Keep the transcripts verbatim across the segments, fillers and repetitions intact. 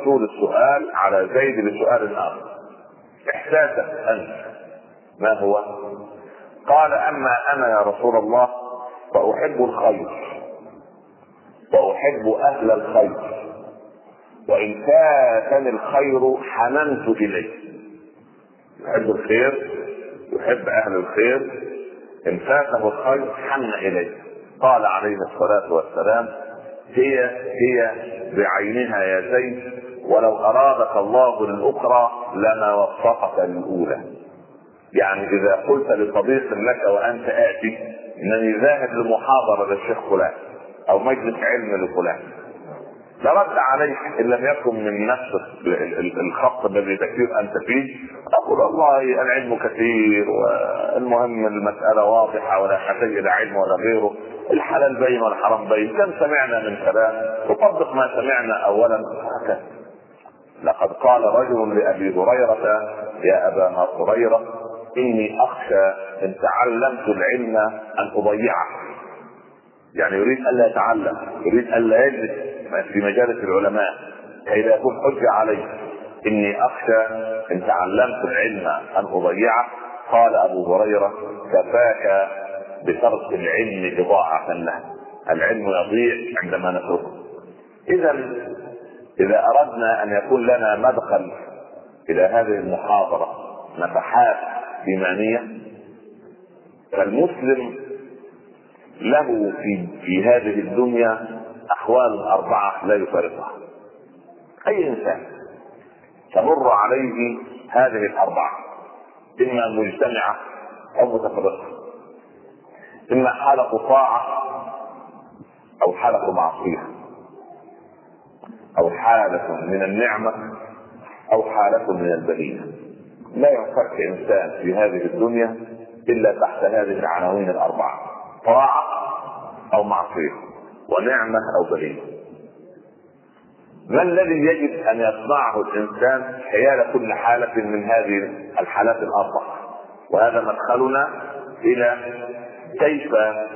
الرسول السؤال على زيد لسؤال اخر. احساسك انت ما هو؟ قال: اما انا يا رسول الله فاحب الخير واحب اهل الخير، وان فاتني الخير حننت اليه. يحب الخير، يحب اهل الخير، ان فاته الخير حن اليه. قال عليه الصلاه والسلام: هي هي بعينها يا زيد، ولو ارادك الله للاخرى لما وفقك للاولى. يعني اذا قلت لصديق لك وانت اتي انني ذاهب لمحاضره للشيخ فلان او مجلس علم لفلان، لرد عليك ان لم يكن من نفس الخط الذي تسير انت فيه، اقول والله العلم كثير والمهم المساله واضحه ولا تحتاج الى علم ولا غيره، الحلال بين والحرام بين، كم سمعنا من كلام نطبق ما سمعنا اولا هكذا. لقد قال رجل لابي هريره: يا ابا هريره اني اخشى ان تعلمت العلم ان اضيعه. يعني يريد الا يتعلم، يريد الا يجلس في مجالس العلماء كي لا يكون حجه عليه. اني اخشى ان تعلمت العلم ان اضيعه. قال ابو هريره: كفاك بترك العلم اضاعه له. العلم يضيع عندما نتركه. اذا اذا اردنا ان يكون لنا مدخل الى هذه المحاضره نفحات ايمانيه، فالمسلم له في في هذه الدنيا احوال اربعه لا يفارقها. اي انسان تمر عليه هذه الاربعه، اما مجتمعه او متفرقه، اما حاله طاعه او حاله معصيه، او حاله من النعمه او حاله من البليه. لا ينفك انسان في هذه الدنيا الا تحت هذه العناوين الاربعه: طاعه او معصيه ونعمه او بليه. ما الذي يجب ان يصنعه الانسان حيال كل حاله من هذه الحالات الاربعه؟ وهذا مدخلنا الى كيف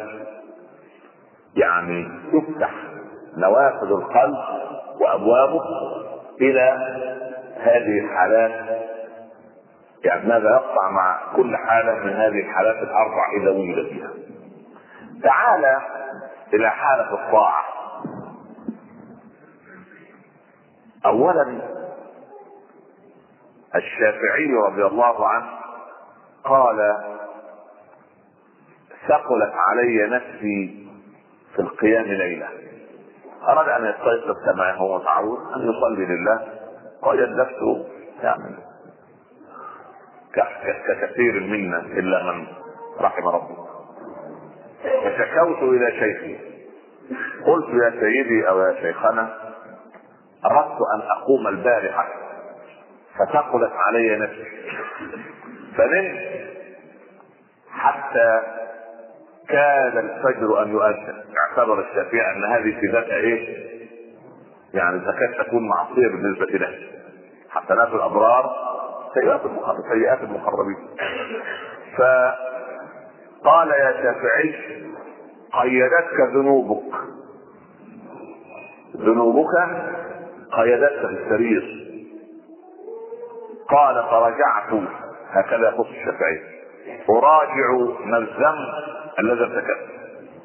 يعني تفتح نوافذ القلب وابوابه الى هذه الحالات. يعني ماذا يقطع مع كل حاله من هذه الحالات الاربع اذا وجد فيها؟ تعال الى حاله الطاعه. اولا الشافعي رضي الله عنه قال: ثقلت علي نفسي في القيام ليله. اراد ان يستيقظ كما هو متعود ان يصلي لله، وجد نفسه يعني ككثير منا الا من رحم ربه. فشكوت الى شيخي قلت: يا سيدي او يا شيخنا، اردت ان اقوم البارحه فثقلت علي نفسي فنمت حتى كاد الفجر ان يؤذن. اعتبر الشافعي ان هذه في ذاتها ايه؟ يعني تكاد تكون معصيه بالنسبه له. حسنات الابرار سيئات المقربين. فقال: يا شافعي قيدتك ذنوبك، ذنوبك قيدتك في السرير. قال: فرجعت، هكذا يقول الشافعي، اراجع ما الذنب الذي ارتكبته.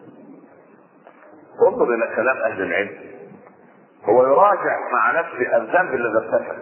انظر الى كلام اهل العلم، هو يراجع مع نفسه الذنب الذي ارتكب،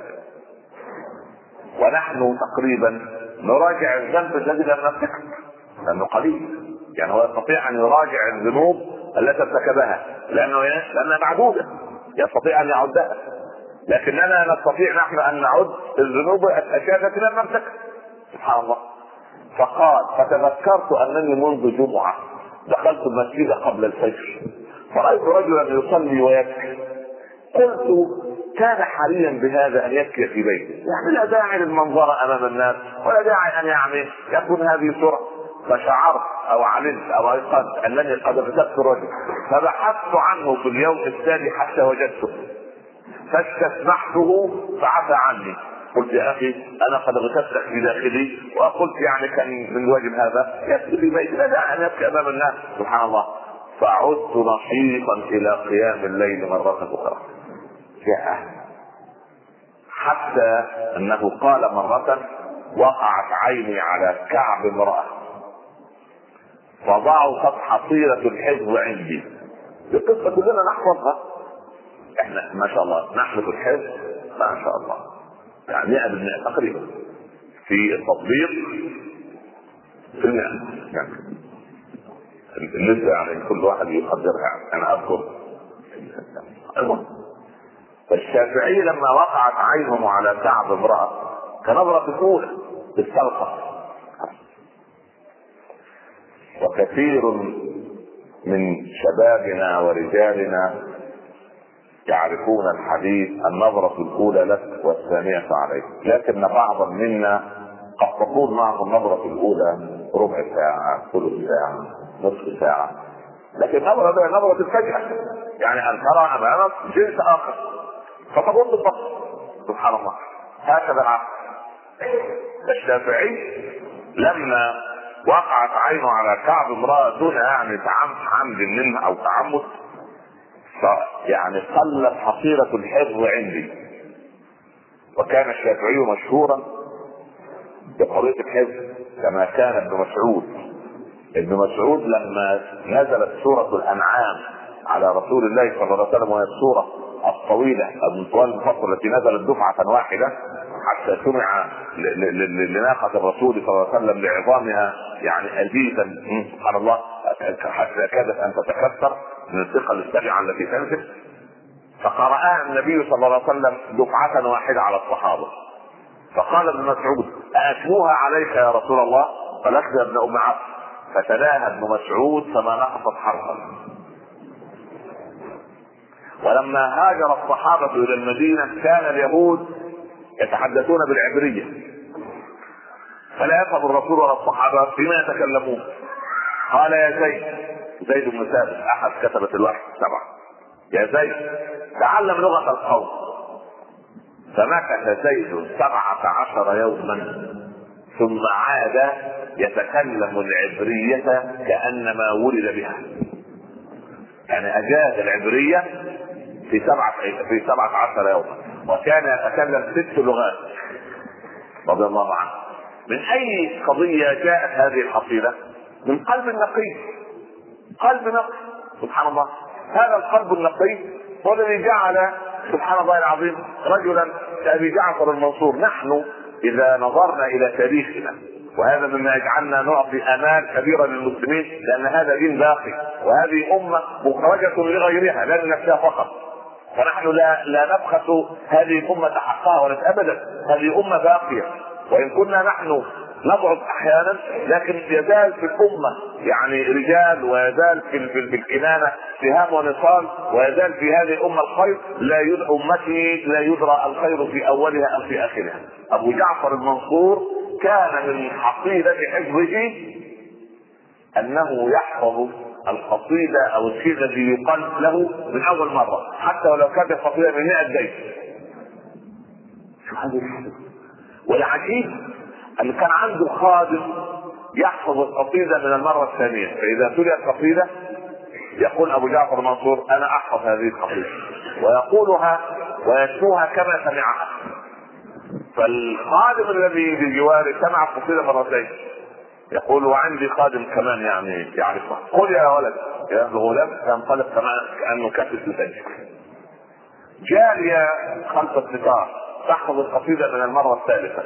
ونحن تقريبا نراجع الذنب الذي لم نرتكب لانه قليل. يعني هو يستطيع ان يراجع الذنوب التي ارتكبها لانه لانها معدوده، يستطيع ان يعدها، لكننا نستطيع نحن ان نعد الذنوب الاشياء التي لم نرتكب. سبحان الله. فقال: فتذكرت انني منذ جمعه دخلت المسجد قبل الفجر فرأيت رجلا يصلي ويبكي. قلت: كان حريا بهذا ان يبكي في بيته، يعني لا داعي للمنظر امام الناس ولا داعي ان يعني يكون هذه صورة. فشعرت او علمت او ايقنت انني قد ارتكبت الرجل، فبحثت عنه في اليوم الثاني حتى وجدته، فاستسمحته فعفى عني. قلت: يا اخي انا قد اغتبتك في داخلي، وقلت يعني كان من واجب هذا يبكي في بيتي، لا داعي ان يبكي امام الناس. سبحان الله. فعدت نشيطا الى قيام الليل مرة اخرى. يا حتى انه قال مرة: وقعت عيني على كعب امرأة فضعفت حصيلة الحفظ عندي. القصة كلنا نحفظها، احنا ما شاء الله نحفظ الحفظ ما شاء الله يعني مئة بالمئة تقريبا، في التطبيق في المئة يعني النسبة يعني كل واحد يقدرها. انا اذكر فالشافعي لما وقعت عينه على كعب امرأة كنظرة الاولى بالسلطة. وكثير من شبابنا ورجالنا يعرفون الحديث: النظرة الأولى لك والثانية عليك. لكن بعضا منا قد تطول معه النظرة الأولى ربع ساعة، ثلث ساعة، نصف ساعة، لكن نظرة بها نظرة الفجأة، يعني أن ترى أمامك جنس آخر فتقول بالبصر. سبحان الله، هكذا العقل. الشافعي لما وقعت عينه على كعب امرأة دون يعني عمد منها أو تعمد، يعني قلت حصيلة الحفظ عندي. وكان الشافعي مشهورا بقضية الحفظ كما كان ابن مسعود. ابن مسعود لما نزلت سورة الأنعام على رسول الله صلى الله عليه وسلم، وهي السورة الطويلة من طوال الفصل التي نزلت دفعة واحدة حتى سمع لناقة الرسول صلى الله عليه وسلم لعظامها يعني أزيزا سبحان الله، حتى كادت أن تتكسر من الثقل السريعة التي تنزل، فقرأها النبي صلى الله عليه وسلم دفعة واحدة على الصحابة. فقال ابن مسعود: أأتلوها عليك يا رسول الله؟ قالت يا ابن أم عبد. فتلاها ابن مسعود فما نقصت حرفا. ولما هاجر الصحابة إلى المدينة كان اليهود يتحدثون بالعبرية، فلا يفهم الرسول ولا الصحابة فيما يتكلمون. قال: يا زيد، زيد بن ثابت أحد كتبة الوحي سبعة، يا زيد تعلم لغة القوم. فمكث زيد سبعة عشر يوما ثم عاد يتكلم العبرية كأنما ولد بها، يعني أجاز العبرية في سبعة في سبعة عشر يوما، وكان يتكلم ست لغات رضي الله عنه. من أي قضية جاءت هذه الحصيلة؟ من قلب نقي، قلب نقي سبحان الله. هذا القلب النقي هو الذي جعل سبحان الله العظيم رجلا كأبي جعفر المنصور. نحن إذا نظرنا إلى تاريخنا، وهذا مما يجعلنا نعطي أمان كبيرا للمسلمين، لأن هذا دين باقي وهذه أمة مخرجة لغيرها لا لنفسها فقط، فنحن لا لا نبخس هذه الأمة حقها ولا أبدا. هذه أمة باقية، وإن كنا نحن نضعف أحيانا لكن يزال في الأمة يعني رجال، ويزال في في الكنانة سهام ونصال، ويزال في هذه الأمة الخير. لا يدرى أمتي لا يدرى الخير في أولها أو في آخرها. أبو جعفر المنصور كان من حصيلة حفظه أنه يحفظ القصيدة أو الشيء الذي يقال له من أول مرة، حتى ولو كانت القصيدة من مئة بيت. شو هذا الحفظ؟ والعجيب أن كان عنده خادم يحفظ القصيدة من المرة الثانية، فإذا تليت قصيدة يقول أبو جعفر المنصور: أنا أحفظ هذه القصيدة، ويقولها ويشنوها كما سمعها. فالخادم الذي بجواره سمع القصيدة مرتين، يقول: وعندي خادم كمان يعني يعرفها، قل يا ولد يا غلام، ينطلق كمان كأنه كتف لسجل. جارية خلف الستار تحفظ القصيدة من المرة الثالثة،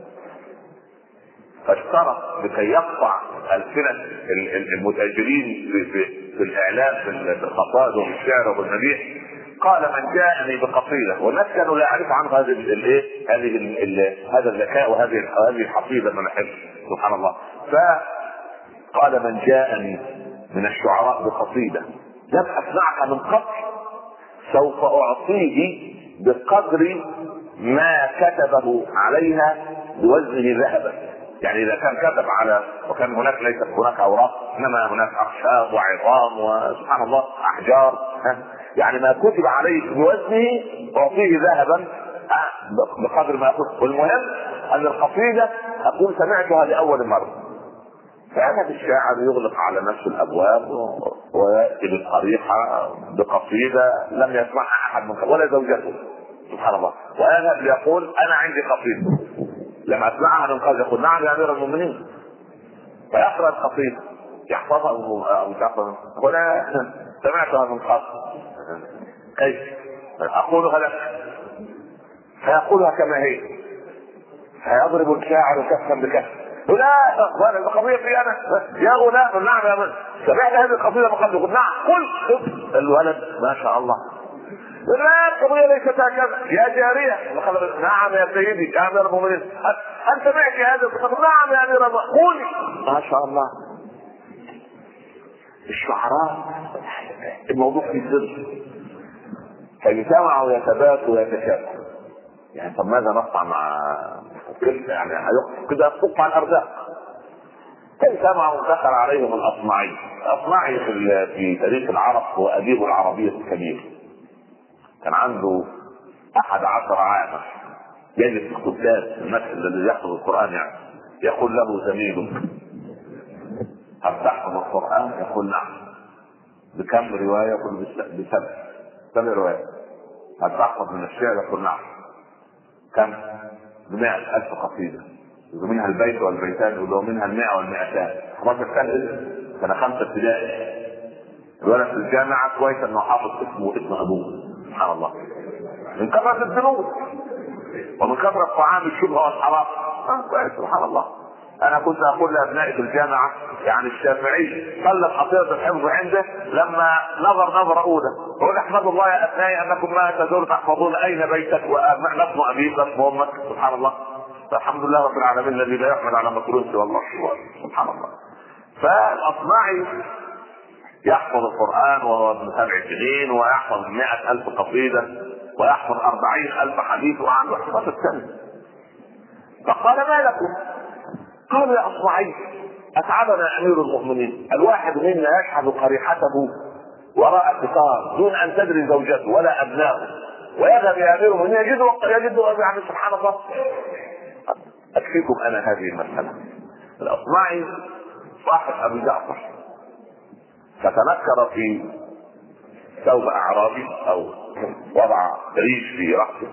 فاشترط لكي يقطع ألسنة المتاجرين في, في, في الإعلام في القصائد وفي الشعر والمديح، قال: من جاءني بقصيدة. والناس كانوا لا يعرفوا عنه هذه الايه هذه هذا الذكاء وهذه هذه الحصيدة من الحفظ سبحان الله. فقال: من جاءني من الشعراء بقصيدة لم أسمعها من قبل سوف أعطيه بقدر ما كتبه عليها بوزنه ذهبا. يعني إذا كان كتب على، وكان هناك ليست هناك أوراق إنما هناك أخشاب وعظام وسبحان الله أحجار، يعني ما كتب عليه بوزنه أعطيه ذهبا بقدر ما أقول. والمهم أن القصيدة أقول سمعتها لأول مرة. فأنا الشاعر يغلق على نفسه الأبواب ويأتي بالطريقة بقصيدة لم يسمعها أحد من قبل ولا زوجته سبحان الله. ويذهب ليقول انا عندي قصيده، لما اسمعها من قال يقول نعم يا امير المؤمنين، فيقرا القصيده يحفظها او تحفظها، يقول سمعتها من قبل كيف اقولها لك، فيقولها كما هي، فيضرب الشاعر كفا بكف، لا وانا القضيه في انا يا غلام نعم يا من سمعت هذه القضيه من قبل، يقول نعم قل الولد ما شاء الله، لا القضيه ليست هكذا يا جاريه، نعم يا سيدي يا امير المؤمنين هل سمعت هذا؟ نعم يا امير المؤمنين قولي ما شاء الله. الشعراء الموضوع في سر، فيجتمعوا يتباتوا ويتشابهوا. يعني طب ماذا نصنع مع كده؟ يعني كده يصف على الارزاق. فاجتمعوا دخل عليهم الاصمعي. الاصمعي في في تاريخ العرب هو اديب العربيه الكبير، كان عنده احد عشر عاما، يجلس في الكتاب المسجد الذي يحفظ القران، يعني يقول له زميله هل تحفظ القران؟ يقول نعم. بكم روايه؟ يقول بسبع سبع روايات. هل تحفظ من الشعر؟ يقول نعم. كم؟ بمئة ألف قصيدة، ومنها البيت والبيتان، ومنها المئة والمئتان. حفظت سنة سنة خمسة ابتدائي. الولد في الجامعة كويس انه حافظ اسمه واسم ابوه، سبحان الله، من كثرة الذنوب ومن كثرة طعام الشبهة والحرام. اه كويس سبحان الله. انا كنت اقول لابنائي في الجامعة يعني الشافعي صلى قصيدة الحفظ عنده لما نظر نظرة اولى، يقول احمد الله يا ابنائي انكم ما تزالوا تحفظون اين بيتك وما اسم ابيك واسم امك، سبحان الله. فالحمد لله رب العالمين الذي لا يحمد على مكروه سوى الله، سبحان الله. فالاصمعي يحفظ القرآن وهو ابن سبع سنين، ويحفظ مئة ألف قصيدة، ويحفظ أربعين ألف حديث، وعنده حفظ السنة. فقال ما لكم؟ قالوا يا أصمعي أتعبنا أمير المؤمنين، الواحد منا يشحذ قريحته وراء الستار دون أن تدري زوجته ولا أبنائه، ويذهب يا أمير المؤمنين يجد يجد يعني سبحان الله. أكفيكم أنا هذه المسألة. الأصمعي صاحب أبي جعفر، فتنكر في ثوب اعرابي او وضع ريش في راسه،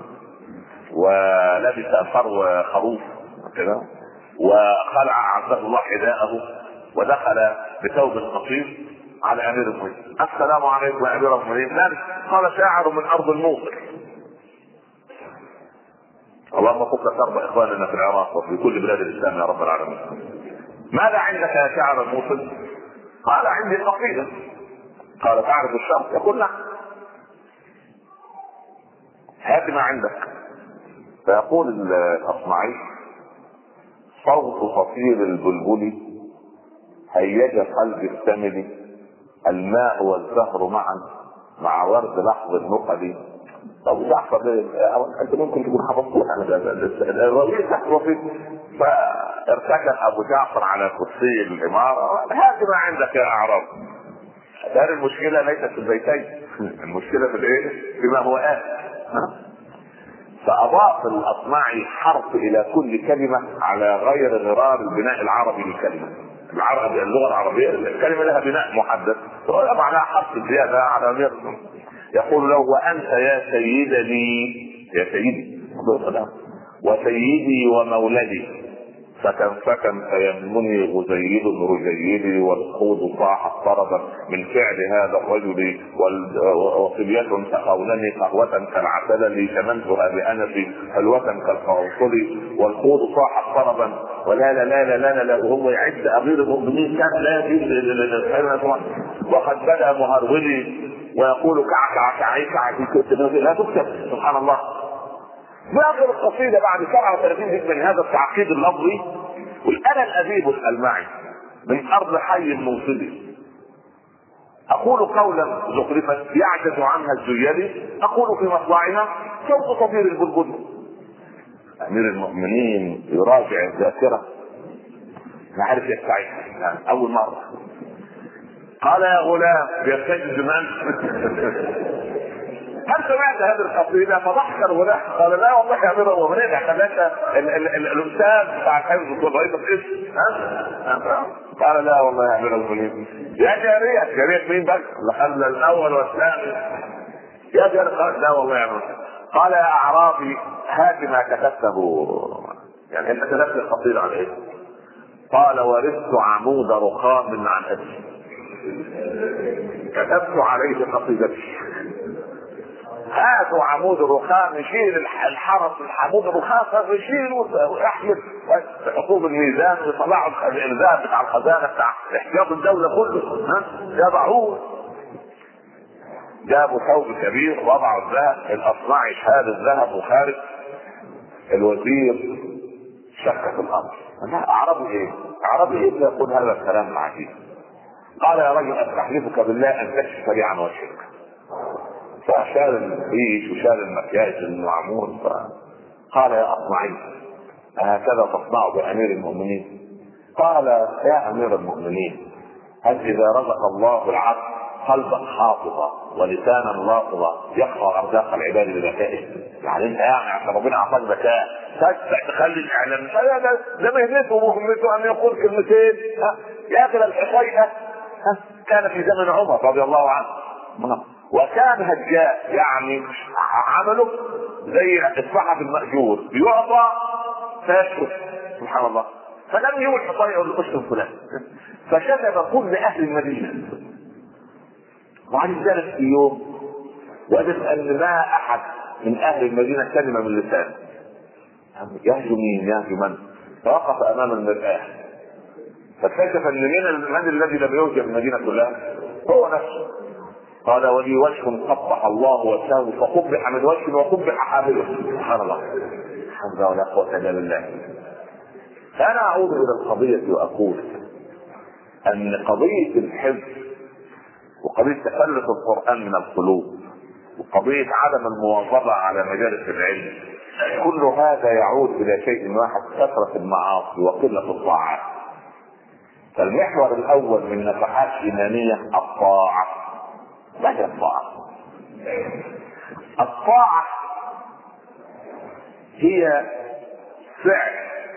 ولبس فرو خروف كده، وخلع عبد الله حذاءه، ودخل بثوب قصير على امير المؤمنين. السلام عليكم يا امير المؤمنين. قال شاعر من ارض الموصل. اللهم فك كرب اخواننا في العراق وفي كل بلاد الاسلام يا رب العالمين. ماذا عندك يا شاعر الموصل؟ قال عندي قصيدة. قال تعرف الشرط؟ يقول نعم. هات ما عندك. فيقول الأصمعي صوت صفير البلبل هيج قلب الثمل، الماء والزهر معا مع ورد لحظ النقل. طب تحفظ انت ممكن تكون حفظتوها الراوي تحفظ فيه. فارتكب ابو جعفر على كرسي الاماره. هات ما عندك يا اعراب. دار المشكله ليست في البيتين، المشكله في الايه؟ فيما هو آت. فاضاف الاصمعي حرف الى كل كلمه على غير غرار البناء العربي للكلمه. العربي اللغه العربيه الكلمه لها بناء محدد، معناها حرف زياده على غير. يقول له وانت يا سيدني يا سيدي وسيدي ومولدي، فكم فكم فيمني غزيد رجيدي، والخوض صاح طربا من فعل هذا الرجل، وصبية سقونني قهوة كالعسل لي شمنتها بأنفي حلوة كالقرنفل، والخوض صاح طربا ولا لا لا لا لا لا وهو يعد أمير المؤمنين كان لا يجوز، وقد بدأ مهرولي ويقول كعك عك عك لا تكتب. سبحان الله. في اخر القصيده بعد سبعة وثلاثين جزء من هذا التعقيد اللفظي، وانا الاديب الالمعي من ارض حي الموصلي اقول قولا زخرفا يعجز عنها الزيادي، اقول في مطلعها صوت صفير البلبل. امير المؤمنين يراجع الذاكره، ما عارف يستعيدها يعني اول مره. قال يا غلام يستجد من؟ هل سمعت هذه القصيده؟ فضحك الغلام قال لا والله يا امير المؤمنين خلاك الاستاذ بتاع الحفظ والرئيس الاسم. ها؟ قال لا والله يا امير المؤمنين. يا جاريه جاريه مين بقى؟ خلى الاول والثاني. يا جاريه قال لا والله يا امير. قال يا اعرابي هات ما كتبته، يعني انت كتبت القصيده عن ايه؟ قال ورثت عمود رخام عن ابي، كتبت عليه قصيدتي. هاتوا عمود الرخام، يشيل الحرس العمود الرخام يشيل ويحمل حقوق الميزان ويطلعوا الذهب بتاع الخزانه بتاع احتياط الدوله كله، ها يضعوه. جابوا ثوب كبير وضعوا الذهب، الاصنعي شهاد الذهب وخارج. الوزير شك في الامر، لا اعربي ايه؟ اعربي ايه اللي يقول هذا الكلام العجيب؟ قال يا رجل استحلفك بالله ان تكشف لي عن وجهك. فشال الريش وشال المكياج المعمول. قال يا اصنعي هكذا تصنع بامير المؤمنين؟ قال يا امير المؤمنين هل اذا رزق الله العبد قلبا حافظا ولسانا لافظا يقرا ارزاق العباد بذكائه؟ يعني انت يعني عشان ربنا اعطاك ذكاء تدفع تخلي الاعلام ده ده مهنته ومهمته ان يقول كلمتين ياكل الحصيئه. كان في زمن عمر رضي الله عنه وكان هجاء، يعني عمله زي الصحفي المأجور بيعطى فيشرب سبحان الله. فلم يقول حصيئه للقسم فلان، فشتم كل اهل المدينه. وعن ذلك في يوم وجد ان ما احد من اهل المدينه كلمه من لسانه. يهجو مين؟ يهجو من؟ فوقف امام المرآة فاكتشف ان من من الذي لم يهجر المدينه كلها هو نفسه. قال ولي وجه قبح الله وجهه فقبح من وجهه وقبح حامله. سبحان الله، الحمد لله ولا قوه الا بالله. فانا اعود الى القضيه واقول ان قضيه الحفظ وقضيه تفلت القران من القلوب وقضيه عدم المواظبه على مجالس العلم كل هذا يعود الى شيء واحد: كثره المعاصي وقله الطاعات. فالمحور الاول من نفحات ايمانيه الطاعه. ما هي الطاعه؟ الطاعه هي فعل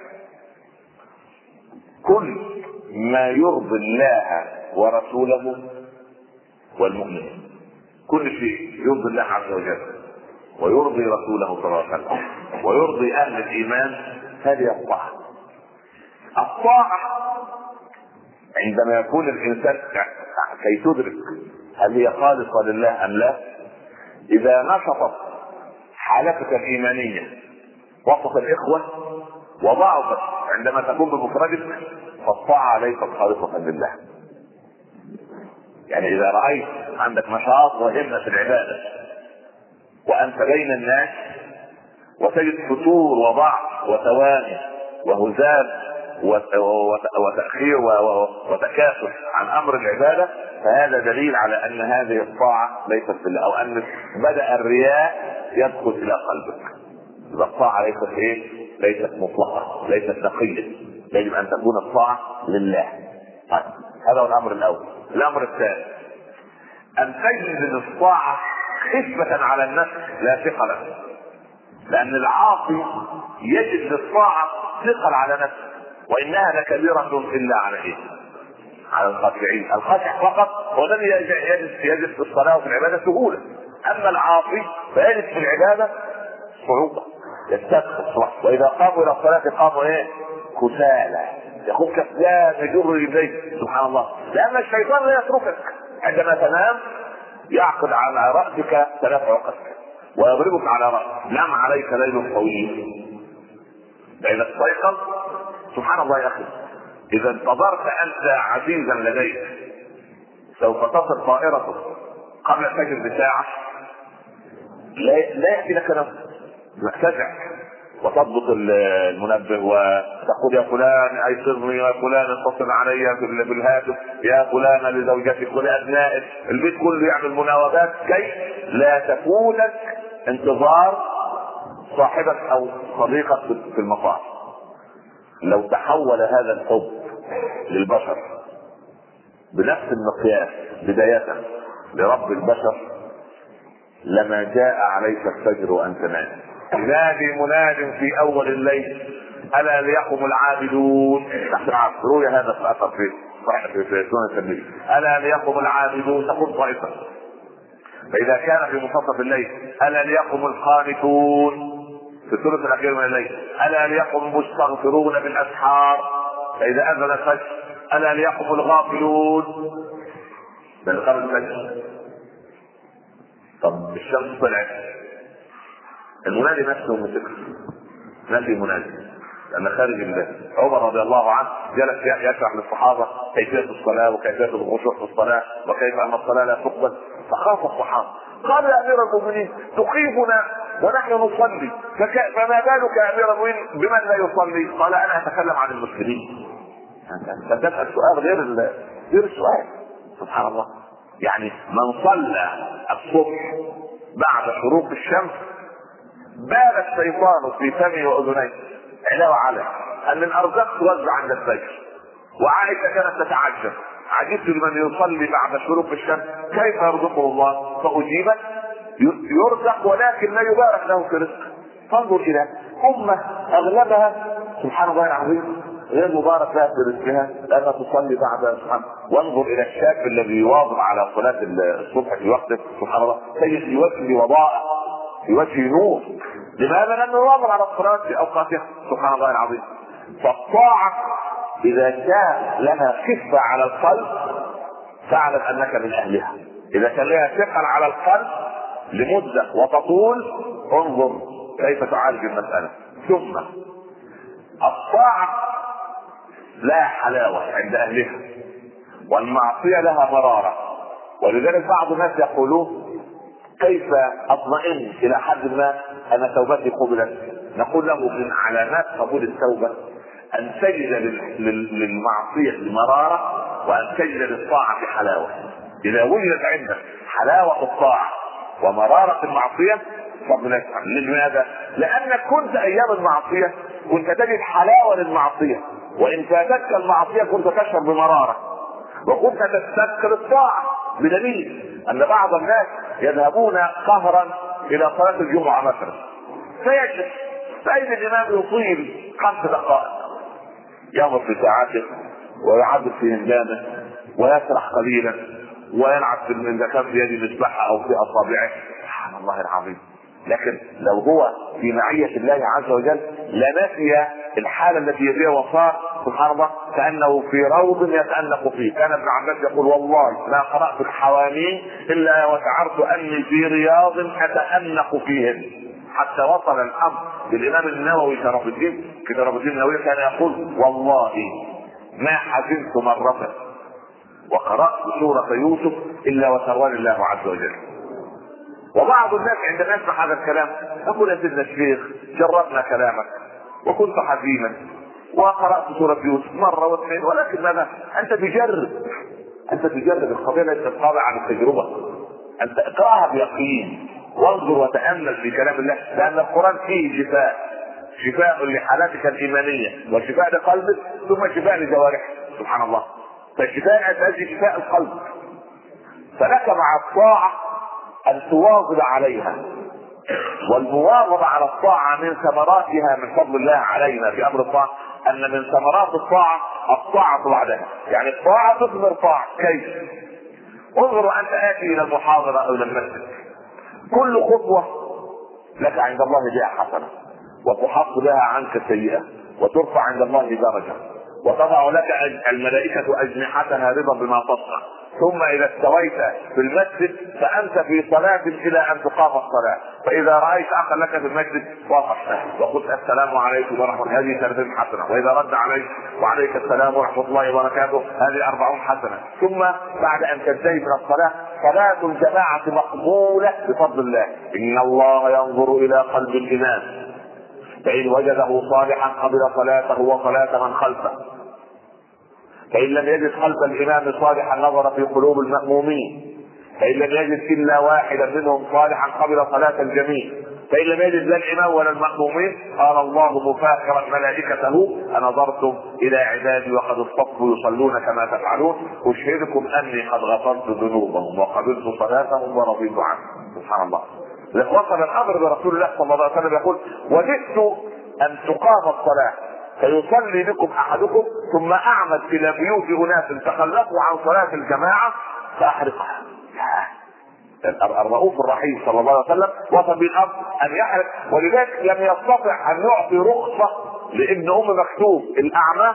كل ما يرضي الله ورسوله والمؤمنين، كل شيء يرضي الله عز وجل ويرضي رسوله صلى الله عليه وسلم ويرضي اهل الايمان، هذه الطاعه. الطاعه عندما يكون الانسان كي تدرك هل هي خالصه لله ام لا، اذا نشطت حالتك الايمانيه وسط الاخوه وضعفت عندما تكون بمفردك فالطاعه ليست خالصه لله. يعني اذا رايت عندك نشاط وهمه في العباده وانت بين الناس وتجد فتور وضعف وتواني وهزال وتاخير وتكاسل عن امر العباده، فهذا دليل على ان هذه الطاعه ليست بالله، او ان بدا الرياء يدخل الى قلبك. اذا الطاعه ليست ايه؟ ليست مطلقه، ليست نقيه، يجب ان تكون الطاعه لله. طيب هذا هو الامر الاول. الامر الثاني ان تجد الطاعه خفه على النفس لا ثقل، لان العاصي يجد الطاعه ثقل على نفسه، وانها لكبيره الا على ايه؟ على الخاشعين. الخاشع فقط هو الذي يجد في الصلاه وفي العباده سهوله، اما العاصي فيجد في العباده صعوبه، يستسقط. واذا قاموا الى الصلاه قاموا ايه؟ كسالى، يقول كسلان يجر رجليه. سبحان الله، لان الشيطان لا يتركك. عندما تنام يعقد على راسك ثلاث عقد ويضربك على راسك. نام عليك ليل طويل. فاذا استيقظ سبحان الله يا اخي، اذا انتظرت انت عزيزا لديك سوف تصل طائرتك قبل الفجر بساعه، لا لا ياتي لك نوم، تفزع وتضبط المنبه وتقول يا فلان ايقظني، يا فلان اتصل علي بالهاتف، يا فلان لزوجتك ولابنائك، البيت كله يعمل مناوبات كي لا تفوتك انتظار صاحبك او صديقك في المطار. لو تحول هذا الحب للبشر بنفس المقياس بداية لرب البشر لما جاء عليك الفجر وانت نائم. ينادي مناد في اول الليل الا ليقم العابدون، تحت العصر روي هذا في الاثر في صحيح في سنن الترمذي، الا ليقم العابدون تقول طائفه فاذا كان في منتصف الليل الا ليقم القانتون في الثلث الاخير من الليل، الا ليقم المستغفرون بالاسحار، فاذا اذن الفجر الا ليقم الغافلون بالقرن الفجر. طب الشمس طلعت، المنادي نفسه مسك نادي منادي لأن خارج الله. عمر رضي الله عنه جلس يشرح للصحابة كيفية الصلاة وكيفية الخشوع في الصلاة وكيف أن الصلاة لا تقبل، فخاف الصحابة قال يا أمير المؤمنين تخيفنا ونحن نصلي فما بالك يا أمير المؤمنين بمن لا يصلي؟ قال أنا أتكلم عن المسلمين. فتسأل سؤال غير غير السؤال. سبحان الله، يعني من صلى الصبح بعد شروق الشمس بال الشيطان في فمه واذنيه علاوه على ان الارزاق توزع عند الفجر. وعائشه كانت تتعجب عجبت لمن يصلي بعد شروق الشمس كيف يرزقه الله؟ فاجيبت يرزق ولكن لا يبارك له في رزقه. فانظر الى امه اغلبها سبحان الله العظيم غير مبارك لها في رزقها لانها تصلي بعد سبحان. وانظر الى الشاب الذي يواظب على صلاه الصبح في وقته سبحان الله تجد في وجهه وضاءه في وجه نور. لماذا؟ لانه يواظب على الصلاه في اوقاتها سبحان الله العظيم. فالطاعه اذا كان لها خفه على القلب فاعلم انك من اهلها. اذا كان لها ثقل على القلب لمده وتطول انظر كيف تعالج المساله. ثم الطاعه لها حلاوه عند اهلها والمعصيه لها مراره. ولذلك بعض الناس يقولون كيف اطمئن الى حد ما ان توبتي قبلت؟ نقول له من علامات قبول التوبه ان تجد للمعصيه مراره وان تجد للطاعه حلاوه. اذا وجدت عندك حلاوه الطاعه ومراره المعصيه فضل يفعل. لماذا؟ لانك كنت ايام المعصيه كنت تجد حلاوه للمعصيه، وان فاتتك المعصيه كنت تشعر بمراره، وكنت تستذكر الطاعه بدليل ان بعض الناس يذهبون قهرا الى صلاه الجمعه مثلا فيجد فإذا الامام يطيل خمس دقائق يمر في ساعته ويعبد في هندامه ويسرح قليلا ويلعب في اذا كان في يده مسبحه او في اصابعه سبحان الله العظيم. لكن لو هو في معيه الله عز وجل لنسي الحاله التي فيها وصار سبحان الله كانه في روض يتأنق فيه. كان ابن عباس يقول والله ما قرأت الحواميم الا وشعرت اني في رياض اتأنق فيهم. حتى وصل الامر للامام النووي شرف الدين شرف الدين النووي كان يقول والله ما حزنت مرة وقرأت سورة يوسف الا وسرني الله عز وجل. وبعض الناس عندما يسمع هذا الكلام يقول يا سيدنا الشيخ جربنا كلامك وكنت حزينا وقرأت سورة يوسف مرة واثنين ولكن ماذا؟ انت تجرب انت تجرب القضية ليست طابعة عن التجربة. انت اقرأها بيقين وانظر وتأمل في كلام الله لان القرآن فيه شفاء شفاء لحالاتك الإيمانية وشفاء لقلبك ثم شفاء لجوارحك سبحان الله. فالشفاء أساسي شفاء القلب. فلك مع الطاعة أن تواظب عليها والمواظبة على الطاعة من ثمراتها من فضل الله علينا في أمر الطاعة أن من ثمرات الطاعة الطاعة بعدها. يعني الطاعة تثمر طاعة. كيف؟ انظر أنت آتي إلى المحاضرة أو إلى المسجد كل خطوة لك عند الله بها حسنة وتحط بها عنك سيئة وترفع عند الله درجة وتضع لك الملائكة أجنحتها رضا بما تصنع. ثم إذا استويت في المسجد فأنت في صلاة إلى أن تقام الصلاة فإذا رأيت أخا لك في المسجد وقفت وقلت السلام عليكم ورحمة الله هذه ثلاثين حسنة وإذا رد عليك وعليك السلام ورحمة الله وبركاته هذه أربعون حسنة. ثم بعد أن تنتهي من الصلاة صلاة الجماعة مقبولة بفضل الله. إن الله ينظر إلى قلب الإمام فإن وجده صالحا قبل صلاته وصلاة من خلفه فإن لم يجد خلف الإمام صالحا نظر في قلوب المأمومين فإن لم يجد إلا واحدا منهم صالحا قبل صلاة الجميع فإن لم يجد لا الإمام ولا المأمومين قال الله مفاخرا ملائكته أنظرتم إلى عبادي وقد اصطفوا يصلون كما تفعلون أشهدكم أني قد غفرت ذنوبهم وقبلت صلاتهم ورضيت عنهم. سبحان الله. وصل الأمر برسول الله صلى الله عليه وسلم يقول وجدت أن تقام الصلاة فيصلي بكم احدكم ثم اعمد الى بيوت اناس تخلفوا عن صلاة الجماعة فاحرقها. الرؤوف الرحيم صلى الله عليه وسلم وصل بالامر ان يحرق، ولذلك لم يستطع ان يعطي رخصه لابن ام مكتوم الاعمى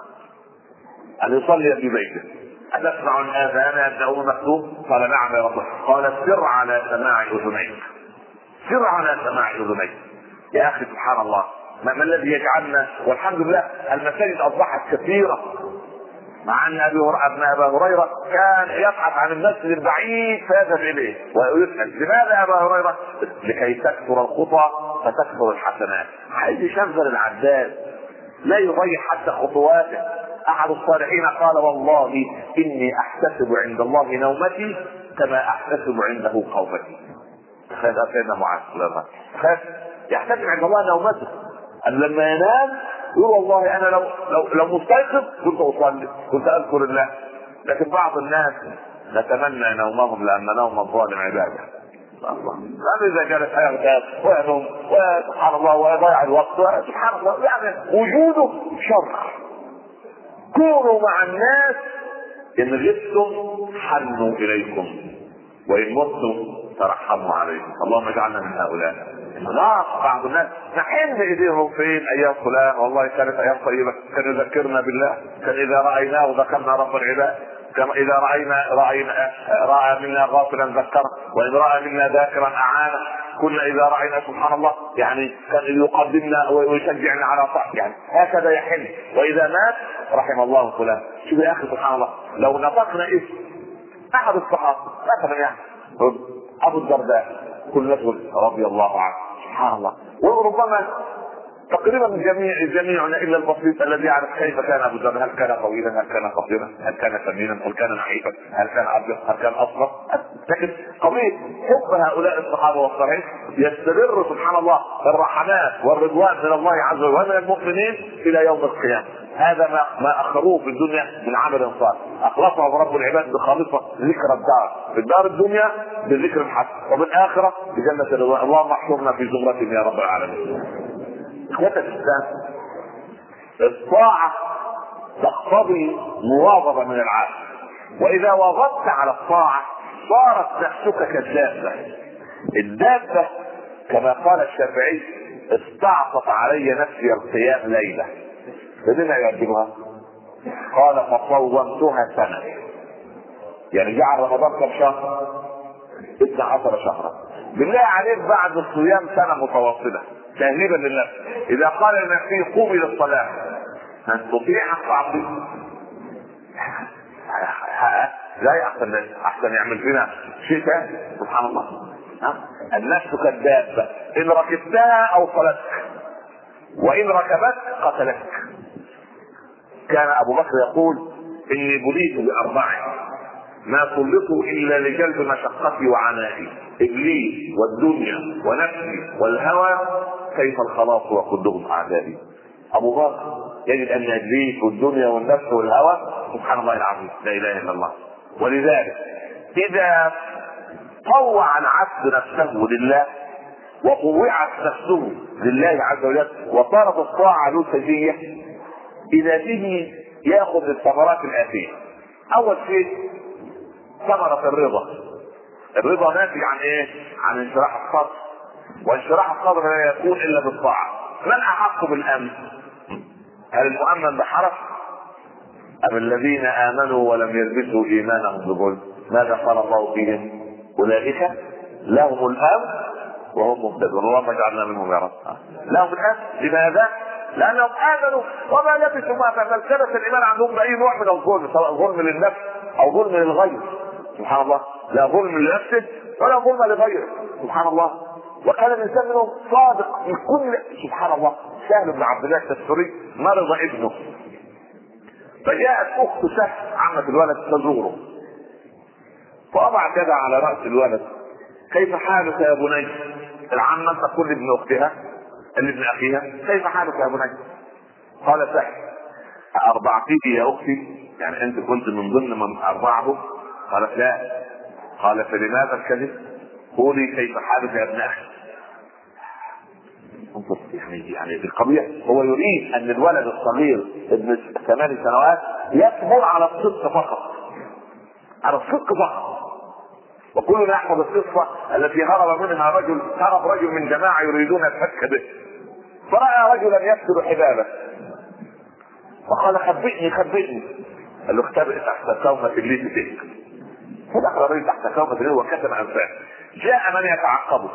ان يصلي في بيته. أتسمع الآذان يا ابن أم مكتوم؟ قال نعم يا رب. قال سر على سماع أذنيك، سر على سماع أذنيك. يا أخي سبحان الله، ما, ما الذي يجعلنا، والحمد لله المساجد أصبحت كثيرة، مع أن أبي ابن أبا هريرة كان يبحث عن المسجد البعيد فيذهب إليه ويسأل لماذا أبا هريرة؟ لكي تكثر الخطى فتكثر الحسنات. عايز يشغل العداد لا يضيع حتى خطواته. احد الصالحين قال والله اني احتسب عند الله نومتي كما احتسب عنده قومتي. تخيل سيدنا معاذ تخيل يحتسب عند الله نومته، ان لما ينام يقول والله انا لو لو لو مستيقظ كنت اصلي كنت اذكر الله. لكن بعض الناس نتمنى نومهم لان نوم الظالم عباده. الله اذا جلس يغتاب وينوم وسبحان الله ويضيع الوقت سبحان الله، يعني وجوده شر. كونوا مع الناس، ان غبتم حنوا اليكم وان متم ترحموا عليكم. اللهم اجعلنا من هؤلاء. لا بعض الناس نحن ايديهم فين ايام فلان، والله كانت ايام طيبه، كان يذكرنا بالله، كان اذا رايناه ذكرنا رب العباد، كما اذا راينا راينا راى منا غافلا ذكره، وان راى منا ذاكرا اعانه. كنا اذا راينا سبحان الله يعني كان يقدمنا ويشجعنا على طاعه، يعني هكذا يحن. واذا مات رحم الله فلان. شوف يا اخي سبحان الله، لو نطقنا اسم احد الصحابه مثلا يعني ابو الدرداء كل نقول رضي الله عنه سبحان الله، وربما تقريبا جميع جميعنا الا البسيط الذي يعرف كيف كان ابو ذر، هل كان طويلا، هل كان قصيرا، هل كان سمينا، هل كان نحيفا، هل كان ابيض، هل كان اصفر. لكن قضيه حب هؤلاء الصحابه والصالحين يستمر سبحان الله الرحمات والرضوان من الله عز وجل ومن المؤمنين الى يوم القيامه. هذا ما ما اخروه في الدنيا من عمل صالح، اخلصه رب العباد بخالصه ذكر الدار، في الدار الدنيا بذكر الحق، وبالاخره بجنه الرضوان. اللهم احشرنا في زمرتهم يا رب العالمين. اخوة الاسلام، الطاعة تقتضي مواظبة من العبد، واذا واظبت على الطاعة صارت نفسك كالدابة. الدابة كما قال الشافعي استعطف علي نفسي القيام ليلة، فبما يعجبها؟ قال فصومتها سنة، يعني جعل رمضان كم شهر؟ اثنى عشر شهرا. بالله عليك بعد الصيام سنة متواصلة تهذيبا لله، اذا قال لنفسه قومي للصلاه هل تطيع التعطيل؟ لا احسن احسن يعمل فينا شيء ثاني سبحان الله. النفس كالدابه ان ركبتها اوصلتك وان ركبتك قتلتك. كان ابو بكر يقول اني بليت باربع ما سلطوا الا لجلب مشقتي وعنائي، ابليس والدنيا ونفسي والهوى، كيف الخلاص وكلهم اعدائي. ابو بكر يجد ان ابليس والدنيا والنفس والهوى سبحان الله العظيم لا اله الا الله. ولذلك اذا طوع العبد نفسه لله وطوعت نفسه لله عز وجل وصارت الطاعه له سجيه، اذا به ياخذ الثمرات الاتيه. اول شيء ثمرة الرضا. الرضا ناتج عن ايه؟ عن انشراح الصدر، وانشراح الصدر لا يكون الا بالطاعة. من احق بالامن؟ هل المؤمن بحرف ام الذين امنوا ولم يلبسوا ايمانهم بظلم؟ ماذا قال الله فيهم؟ اولئك لهم الامن وهم مهتدون. اللهم اجعلنا منهم يا رب. لهم الامن لماذا؟ لانهم امنوا وما لبسوا ما فلسفه الايمان عندهم باي نوع من الظلم، سواء ظلم للنفس او ظلم للغير سبحان الله. لا ظلم لنفسه ولا ظلم لغيره سبحان الله. وكان الانسان منهم صادق في كل سبحان الله. سهل بن عبد الله التستري مرض ابنه، فجاءت اخت سهل عمة الولد تزوره، فوضع كذا على راس الولد، كيف حالك يا بني؟ العمة تقول لابن اختها لابن اخيها كيف حالك يا بني؟ قال سهل أربعتيه يا اختي؟ يعني انت كنت من ضمن من اربعه؟ قالت لا. قال فلماذا الكذب؟ قولي كيف حالك يا ابن اخي. يعني يعني في القضيه هو يريد ان الولد الصغير ابن ثمان سنوات يكبر على الصدق فقط، على الصدق فقط. وكلنا يحفظ القصه التي هرب منها رجل، هرب رجل من جماعه يريدون الفك به، فراى رجلا يكسر حبابه فقال خبئني خبئني، قال له اختبئ تحت كومه الليل تلك. فدخل الرجل تحت كومه الليل وكتم انفاسه. جاء من يتعقبه،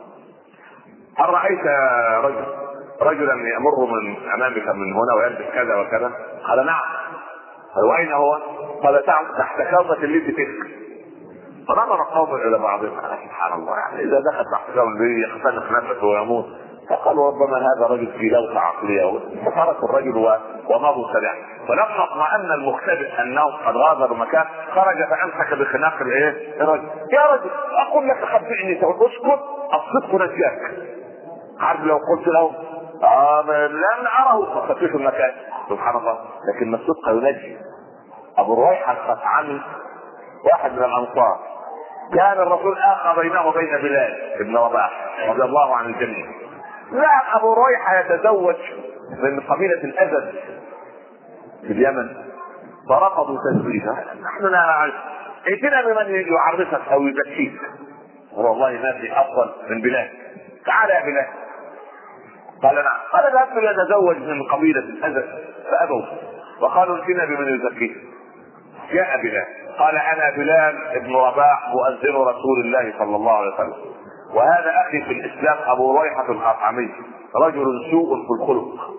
هل رايت رجل رجلا يمر من امامك من هنا ويلبس كذا وكذا؟ قال نعم. قال واين هو؟ قال تحت كومه الليل تلك. فنظر القوم الى بعضهم، سبحان الله، يعني اذا دخل تحت كومه الليل يختنق نفسه ويموت. فقالوا ربما هذا رجل في لوثة عقلية، فترك الرجل ومضوا سريعا. فلما اطمأن المختبئ انه قد غادر المكان خرج فامسك بخناق الايه الرجل. يا رجل اقول لك خبئني، تقول اسكت الصدق نجاك. عارف لو قلت له آه لن اره ففتشوا المكان، سبحان الله، لكن الصدق ينجي. ابو رويحة الخثعمي واحد من الانصار، كان الرسول اخى بينه وبين بلال ابن رباح رضي الله عن الجميع. لا ابو رويحة يتزوج من قبيلة الازد في اليمن، فرفضوا تزويجها. نحن لا نعرف، ائتنا بمن يعرفك او يزكيك. والله ما في افضل من بلال، تعال يا بلال. قال نعم. قال ذهبت ليتزوج من قبيلة الازد فابوا، وقالوا ائتنا بمن يزكيك. جاء بلال قال انا بلال ابن رباح مؤذن رسول الله صلى الله عليه وسلم، وهذا اخي في الاسلام ابو رويحة الخثعمي، رجل سوء في الخلق،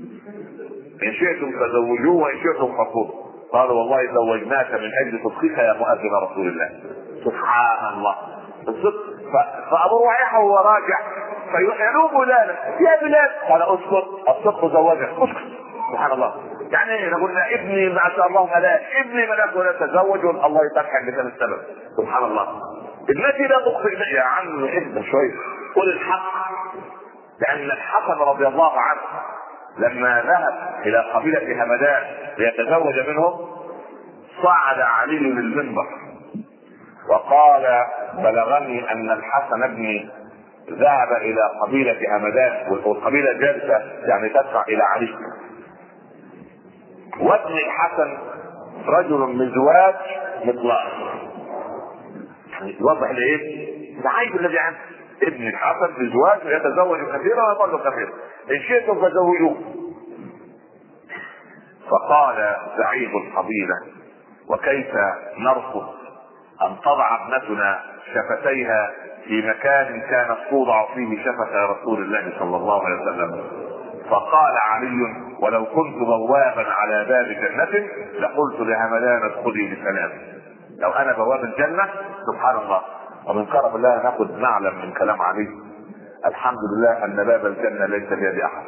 ان شئتم فزوجوه وان شئتم فارفضوا. قالوا والله زوجناك من اجل صدقك يا مؤذن رسول الله. سبحان الله الصدق. فابو رويحة هو راجع فيلوم بلالا، يا بلال قال اسكت الصدق زوجك، اسكت. سبحان الله، يعني نقول ابني ما شاء الله ملاك، ابني ملاك ولا تزوج الله يسامحك بكم السبب. سبحان الله. ابنتي لا تخطئ يا عم، اهدى شويه قل الحق. لان الحسن رضي الله عنه لما ذهب الى قبيله همدان ليتزوج منهم صعد علي للمنبر وقال بلغني ان الحسن ابني ذهب الى قبيله همدان، والقبيله جالسه يعني تدفع الى علي، وابن الحسن رجل مزواج مطلق. يعني يوضح لايه العيب الذي عنده. ابن الحسن مزواج يتزوج كثيرا ويطلق كثيرا، ان شئتم فزوجوه. فقال زعيم القبيله وكيف نرفض ان تضع ابنتنا شفتيها في مكان كانت توضع فيه شفة رسول الله صلى الله عليه وسلم. فقال علي ولو كنت بوابا على باب جنة لقلت لهمدان ادخلي بسلام. لو انا بواب الجنة سبحان الله. ومن كرم الله ناخذ نعلم من كلام علي الحمد لله ان باب الجنة ليس بيد احد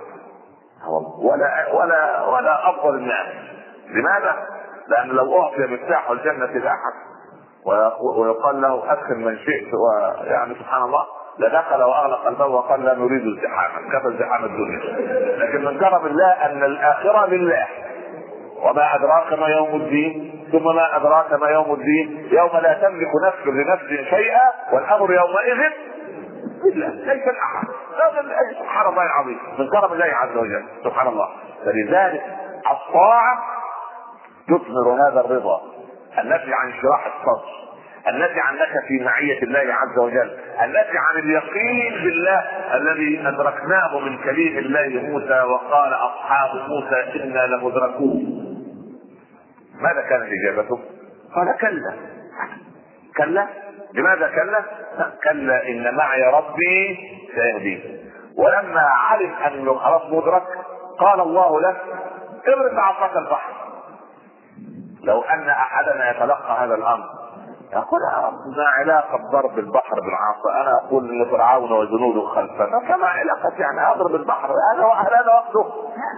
ولا ولا ولا افضل الناس. لماذا؟ لان لو اعطي مفتاح الجنة لاحد ويقال له ادخل من شئت ويعني سبحان الله لدخل واغلق الباب وقال لا نريد ازدحاما، كفى ازدحام الدنيا. لكن من كرم الله ان الاخره لله. وما ادراك ما يوم الدين، ثم ما ادراك ما يوم الدين، يوم لا تملك نفس لنفس شيئا والامر يومئذ لله ليس الاحد. سبحان الله العظيم، من كرم الله عز وجل سبحان الله. فلذلك الطاعه تثمر هذا الرضا، النفي عن شراح الصدر، النفي عن نفي في معية الله عز وجل، النفي عن اليقين بالله الذي أدركناه من كليم الله موسى وقال أصحاب موسى إنا لمدركون. ماذا كانت إجابته؟ قال كلا كلا. لماذا كلا؟ كلا إن معي ربي سيهدين. ولما علم أنه خلاص مدرك قال الله له اضرب بعصاك البحر. لو أن أحدنا يتلقى هذا الأمر يقول ما علاقة ضرب البحر بالعصا؟ أنا أقول إن فرعون وجنوده خلفنا، كما علاقة يعني أضرب البحر؟ هذا هذا وقته.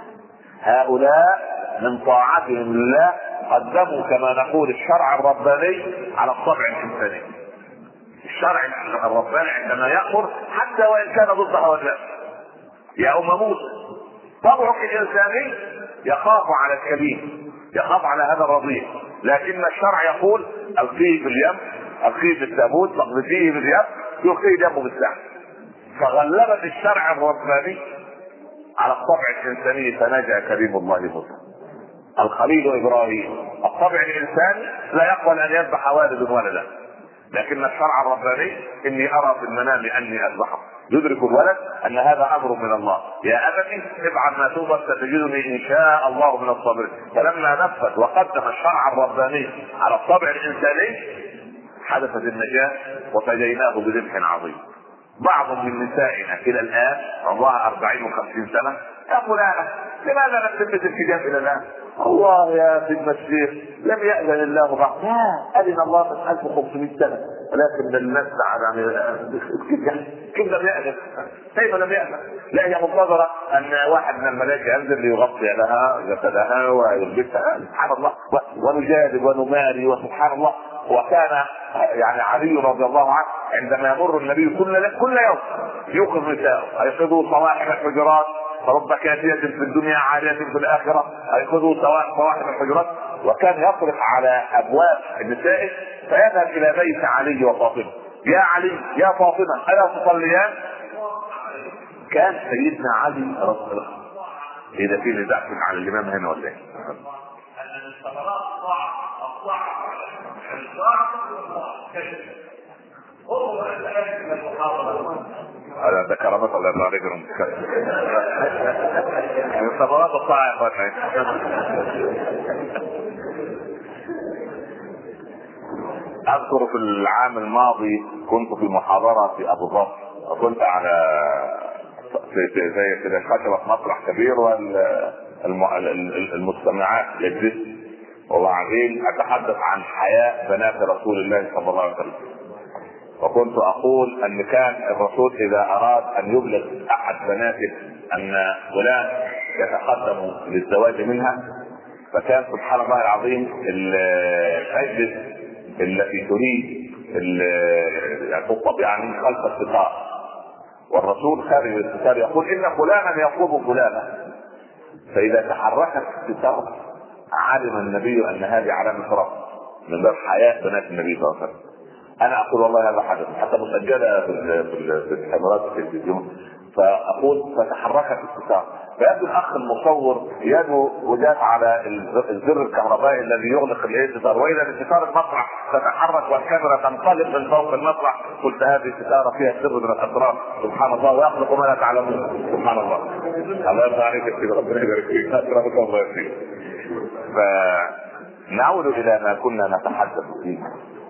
هؤلاء من طاعتهم لله قدموا كما نقول الشرع الرباني على الطبع الإنساني. الشرع الرباني عندما يأمر حتى وإن كان ضد هوى النفس. يا أم موسى طبعك الإنساني يخاف على الكبير، يخاف على هذا الرضيع، لكن الشرع يقول القيه في اليم، القيه في التابوت، اقذفيه في اليم، يلقيه دمه بالسهم. فغلبت الشرع الرباني على الطبع الانساني فنجا كريم الله موسى. الخليل ابراهيم الطبع الانساني لا يقبل ان يذبح والد ولده، لكن الشرع الرباني اني ارى في المنام اني اذبحه. يدرك الولد ان هذا امر من الله، يا ابتي افعل ما تؤمر ستجدني ان شاء الله من الصابرين. فلما نفذ وقدم الشرع الرباني على الطبع الانساني حدثت النجاة وفديناه بذبح عظيم. بعض من نسائنا الى الان عمرها أربعين وخمسين سنة يا فلانة لماذا لم تلبس الحجاب الى الان؟ الله يا سيدنا الشيخ لم يأذن الله بعد، لا أذن الله من ألف وخمسمائة سنة، ولكن الناس يعني كيف لم يأذن؟ كيف لم يأذن؟ لا هي منتظرة ان واحد من الملائكة ينزل ليغطي لها جسدها ويلبسها. سبحان الله، ونجادل ونماري وسبحان الله. وكان يعني علي رضي الله عنه عندما يمر النبي كل كل يوم يوقظ نساءه ايقظوا صواحب الحجرات فرب كافية في الدنيا عالية في الآخرة، ايقظوا صواحب الحجرات. وكان يصرخ على ابواب النساء فيذهب الى بيت علي وفاطمة، يا علي يا فاطمة الا تصليان؟ كان سيدنا علي رضي الله عنه اذا في نزاع على الامام هنا ولا ايه؟ هذا ده كرامات الله يرضى عليكم. من ثمرات الطاعة يا اخواني. اذكر في العام الماضي كنت في محاضرة في ابو ظبي، وكنت على زي كده خشبة مسرح كبير والمستمعات يجلس، وبعدين اتحدث عن حياة بنات رسول الله صلى الله عليه وسلم. وكنت اقول ان كان الرسول اذا اراد ان يبلغ احد بناته ان فلان يتقدم للزواج منها، فكان سبحان الله العظيم المجلس التي تريد تخطب يعني خلف الستار، والرسول خارج الستار يقول ان فلانا يطلب فلانا، فاذا تحركت الستار علم النبي ان هذه علامة رفض من باب حياة بنات النبي صلى الله عليه وسلم. انا اقول والله هذا حدث حتى مسجلة في الكاميرات التلفزيون، فاقول فتحركت الستار، فيبدو الاخ المصور يده وجات على الزر الكهربائي الذي يغلق الستار، واذا بستار المسرح تتحرك والكاميرا تنقلب من فوق المسرح. قلت هذه الستاره فيها سر من الاسرار سبحان الله، ويخلق ما لا تعلمون سبحان الله. الله يرضى عليك يا سيدي، ربنا يبارك فيك، اكرمك الله يا سيدي. فنعود الى ما كنا نتحدث فيه.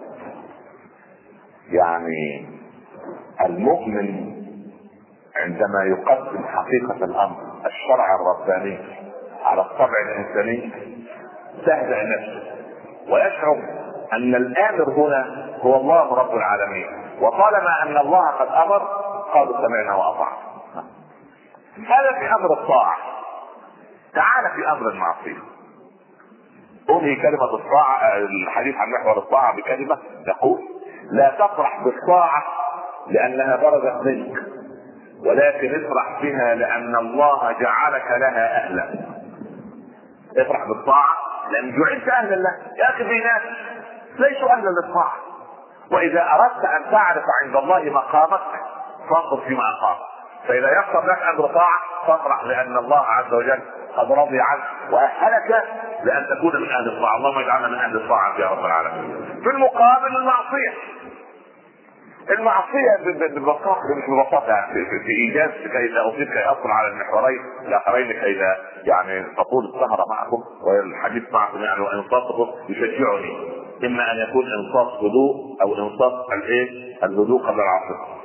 يعني المؤمن عندما يقدم حقيقة الامر الشرع الرباني على الطبع الانساني تهدأ نفسه ويشعر ان الامر هنا هو الله رب العالمين، وطالما ان الله قد امر قالوا سمعنا واطعنا. هذا في امر الطاعة. تعال في امر المعصية. انهي كلمة الطاعة، الحديث عن محور الطاعة بكلمة يقول لا تفرح بالطاعة لانها برزت منك، ولكن افرح بها لان الله جعلك لها اهلا. افرح بالطاعة لان جعلت اهلا لها. يا اخي في ناس ليسوا اهلا للطاعة، واذا اردت ان تعرف عند الله مقامك فانظر في مقامك، فاذا يحصل لك امر طاعة فافرح لان الله عز وجل قد رضي عنك واهلك لان تكون من اهل الطاعة. اللهم اجعلنا من اهل الطاعة يا رب العالمين. في المقابل المعصية، المعصية ببساطة مش ببساطة يعني في, في ايجاز كي لا اصيب كي اصل على المحورين الاخرين كي لا يعني تطول السهرة معكم والحديث معكم يعني، وانصاتكم يشجعني اما ان يكون انصات هدوء او انصات الايه الهدوء قبل العصر.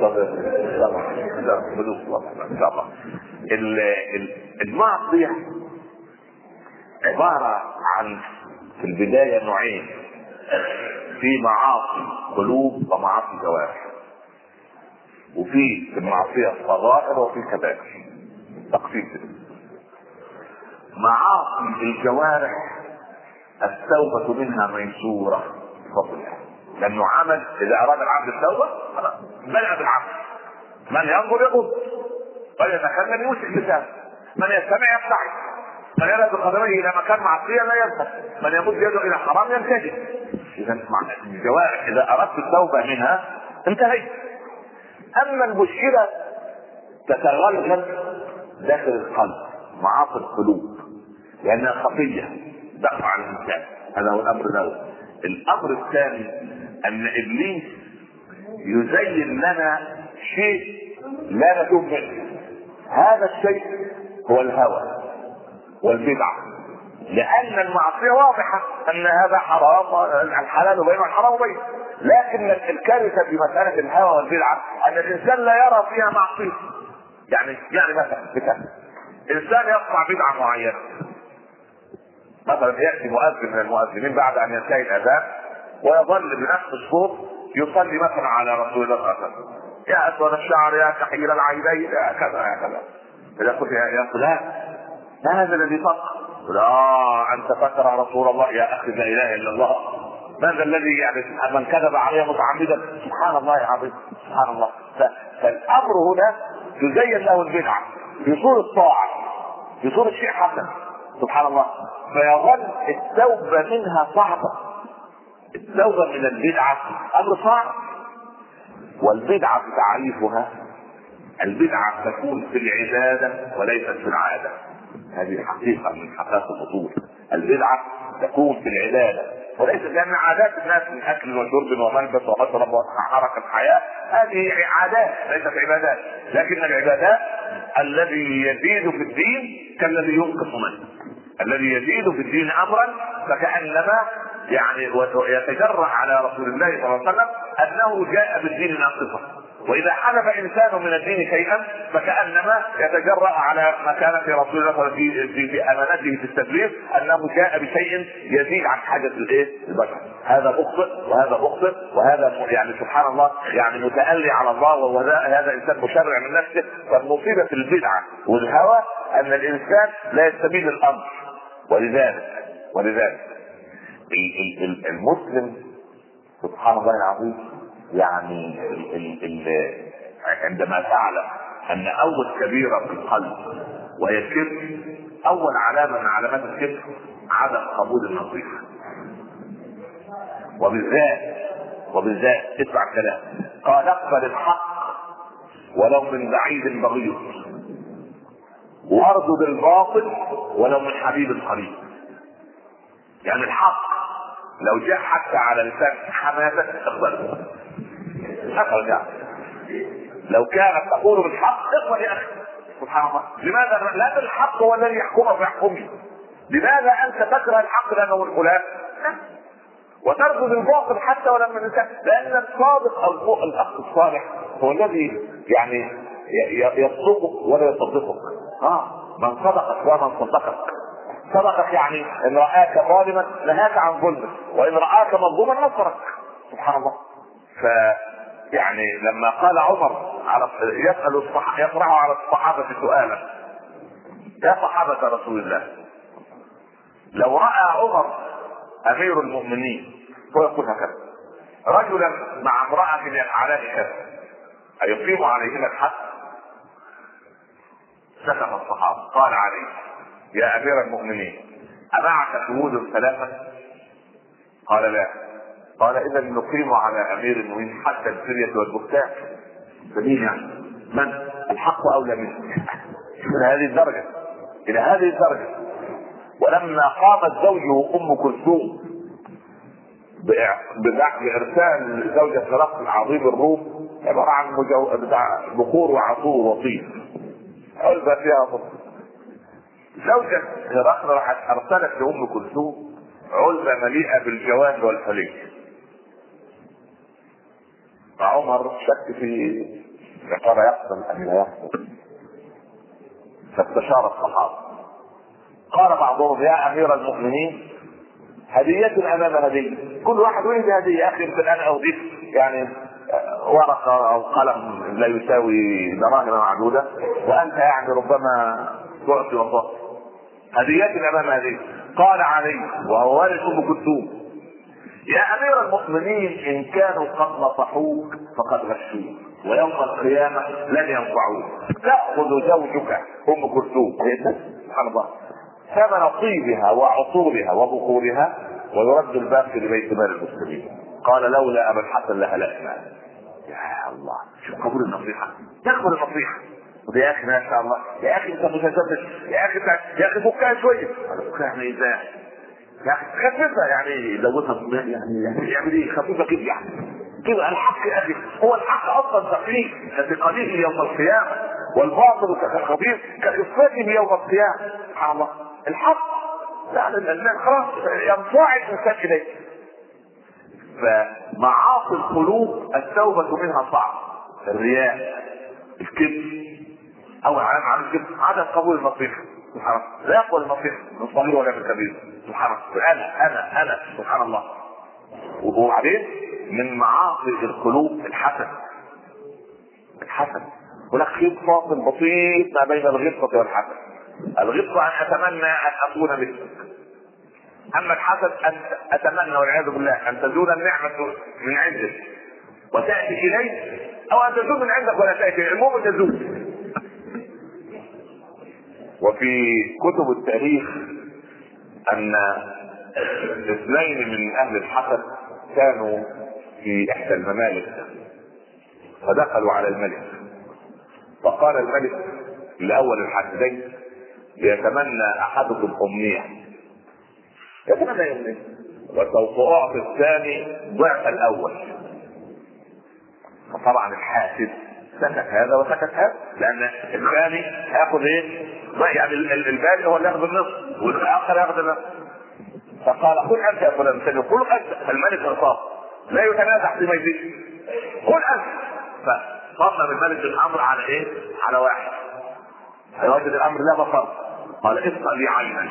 هدوء ان شاء الله. المعصية عبارة عن في البداية نوعين، في معاصي قلوب ومعاصي جوارح، وفي المعصية الصغائر وفي الكبائر. تقسيم معاصي الجوارح التوبة منها ميسورة فضلها، لانه عمل اذا اراد العبد التوبة بدأ بالعمل. من ينظر يغض، من يتكلم يوسف لسانه، من يستمع يبتعد، من يذهب بقدميه الى مكان معصية لا يذهب، من يمد يده الى حرام ينتهي. اذا معنى الجوارح اذا اردت التوبة منها انتهيت. اما المشكلة تتغلغل داخل القلب، معاصي القلوب، لانها خفية دفع عن الانسان. هذا هو الامر الاول. الامر الثاني ان ابليس يزين لنا شيء لا نتوب منه. هذا الشيء هو الهوى والبدعة، لان المعصية واضحة ان هذا حرام، الحلال بينه والحرام بينه، لكن الكارثة في مسألة الهوى والبدعة ان الانسان لا يرى فيها معصية. يعني يعني مثلا مثلا انسان يصنع بدعة معينة، مثلا يأتي مؤذن من المؤذنين بعد ان ينتهي الاذان ويظل بنفس الصوت يصلي مثلا على رسول الله صلى الله عليه وسلم: يا اسود الشعر، يا كحيل العينين، يا كذا يا كذا. اذا قلت يا فلان ما هذا الذي فقر؟ لا انت فكر رسول الله. يا اخي لا اله الا الله، ماذا الذي يعني من كذب عليه متعمدا؟ سبحان الله العظيم، سبحان الله. فالامر هنا تزين له البدعه في صوره طاعه، في صوره شيء حسن، سبحان الله، فيظل التوبه منها صعبه. التوبه من البدعه امر صعب. والبدعه تعريفها: البدعه تكون في العباده وليست في العاده. هذه حقيقه من حقائق الاصول. البدعه تكون في العباده وليست، لان عادات الناس من اكل وشرب وملبس ومشرب وحركه حياه هذه عادات ليست عبادات. لكن العبادات الذي يزيد في الدين كالذي ينقص منه. الذي يزيد في الدين امرا فكانما يعني يتجرأ على رسول الله صلى الله عليه وسلم انه جاء بالدين ناقصا، واذا حلف انسان من الدين شيئا فكانما يتجرأ على مكانه رسول الله صلى الله عليه وسلم في, في امانته في التبليغ انه جاء بشيء يزيد عن حاجه الايه البشر. هذا مخطئ وهذا مخطئ وهذا يعني سبحان الله يعني متألي على الله، وهذا انسان مشرع من نفسه. فالمصيبه في البدعه والهوى ان الانسان لا يستبين الامر. ولذلك ولذلك المسلم سبحان الله العظيم يعني ال ال عندما تعلم ان اول كبيره في القلب وهي الشرك، اول علامه من علامات الشرك عدم قبول النصيحه. وبالذات وبالذات اسمع الكلام، قال: اقبل الحق ولو من بعيد بغيض، وارض بالباطل ولو من حبيب قريب. يعني الحق لو جاء حتى على لسان حماتك اقبله، اقبل يعني. لو كانت تقول بالحق اقبل يا اخي، سبحان الله. لماذا؟ لان الحق هو الذي يحكمه فيحكمه. لماذا انت تكره الحق لانه الخلاف وترفض الباطل حتى ولم الانسان؟ لان الصادق او الاخ الصالح هو الذي يعني يصدقك ولا يصدقك. اه من صدقك ومن صدقك. صدقك يعني ان رآك ظالما نهاك عن ظلمك، وان رآك مظلوما نصرك، سبحان الله. ف يعني لما قال عمر على يسأل الصحابة يطرح على الصحابة سؤالا: يا صحابة رسول الله، لو رأى عمر امير المؤمنين هو يقول هكذا: رجلا مع امرأة يفعلان كذا أيقيم عليهما الحد؟ سكت الصحابة. قال عليه: يا امير المؤمنين، امعك شهود ثلاثة؟ قال: لا. قال: اذا نقيم على امير المؤمنين حتى الفرية والبهتان. فمين يعني؟ من الحق اولى منه؟ الى هذه الدرجة، الى هذه الدرجة. ولما قامت زوجه ام كلثوم بارسال زوجة هرقل عظيم الروم عبارة عن بخور وعطور وطين علبة فيها فضل، زوجة هرقل راحت ارسلت لام كلثوم علبة مليئة بالجواد والحلي. فعمر شك في قال يقتل ام لا يقتل، فاستشار الصحابة. قال بعضهم: يا امير المؤمنين، هدية امام هدية، كل واحد يهدي هدية. اخي يمكن انا اضيف يعني ورقة او قلم لا يساوي دراهم معدودة، وانت يعني ربما تعطي وتعطي. هدية امام هدية. قال علي وهو والد ام كلثوم: يا امير المؤمنين، ان كانوا قد نصحوك فقد غشوك، ويوم القيامة لن ينفعوك. تأخذ زوجك ام كلثوم سبحان الله ثمن طيبها وعطورها وبخورها ويرد الباقي لبيت مال المسلمين. قال: لولا ابا الحسن لهلكنا. يا الله، شوف قبول النصيحة، تقبل النصيحة. وده يا اخي ما شاء الله، يا اخي انت متزبط، يا اخي يا اخي فكها شوية. فكها ازاي؟ يعني خفيفه، يعني زودها يعني يعني يعمل ايه خفيفه كده يعني كده. الحق يا اخي هو الحق اصلا ثقيل كثقله يوم القيامه، والباطل كخبيث كخفته يوم القيامه. سبحان الله. الحق يعني الانسان خلاص ينصاع الانسان اليه. فمعاصي القلوب التوبه منها صعب. الرياء، الكذب، اول علامه على الكذب عدم قبول النصيحه. سبحان الله. لا يقبل النصيحه من صغير ولا من كبير. سبحان الله. انا انا انا سبحان الله. وبعدين من معاصي القلوب الحسد. الحسد هناك خيط فاصل بسيط ما بين الغبطه والحسد. الغبطه ان اتمنى ان اكون مثلك، اما الحسد ان اتمنى والعياذ بالله ان تزول النعمه من عندك وتاتي اليك، او ان تزول من عندك ولا تاتي، المهم تزول. وفي كتب التاريخ ان اثنين من اهل الحسد كانوا في احدى الممالك، فدخلوا على الملك، فقال الملك لاول الحاسدين ليتمنى احدكم امنيه، يتمنى امنيه وسوف اعطي الثاني ضعف الاول. فطبعا الحاسد سكت هذا وسكت هذا، لان الثاني هياخذ ايه؟ يعني الباقي هو اللي ياخذ النصف والاخر ياخذ النصف. فقال قل انت يا فلان، قل انت. الملك ارصاد لا يتنازع فيما يزيد، قل انت. فصمم الملك الامر على ايه؟ على واحد هيوجد الامر لا بصر. قال اصنع لي عينا.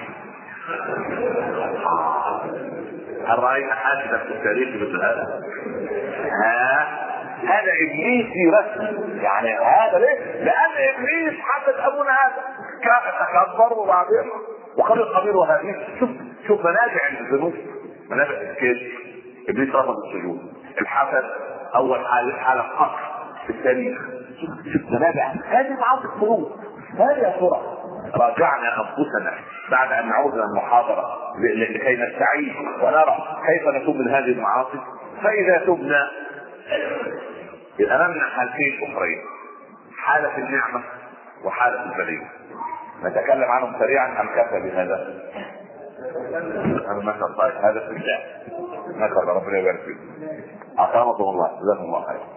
هل راينا حادثه في التاريخ مثل هذا؟ ها هذا ابليسي رسمي. يعني هذا ليه؟ لان ابليس حدث ابونا هذا تكبر وبعدين وخذ القبيل وهذه. شوف شوف منافع الذنوب، منافع الكذب. ابليس رفض السجود. الحسد اول حاله حاله قصر في التاريخ. شوف شوف منافع هذه معاصي القلوب. هذه يا ترى راجعنا انفسنا بعد ان عودنا المحاضره لكي نستعيد ونرى كيف نتوب من هذه المعاصي. فاذا تبنا امامنا حالتين اخرين، حاله النعمه وحاله البليه. نتكلم عنهم سريعا ام كفى بهذا؟ انا ما شاء الله هذا في الله ما شاء الله ربنا يبارك فيك. اكرمكم الله جزاكم الله خير.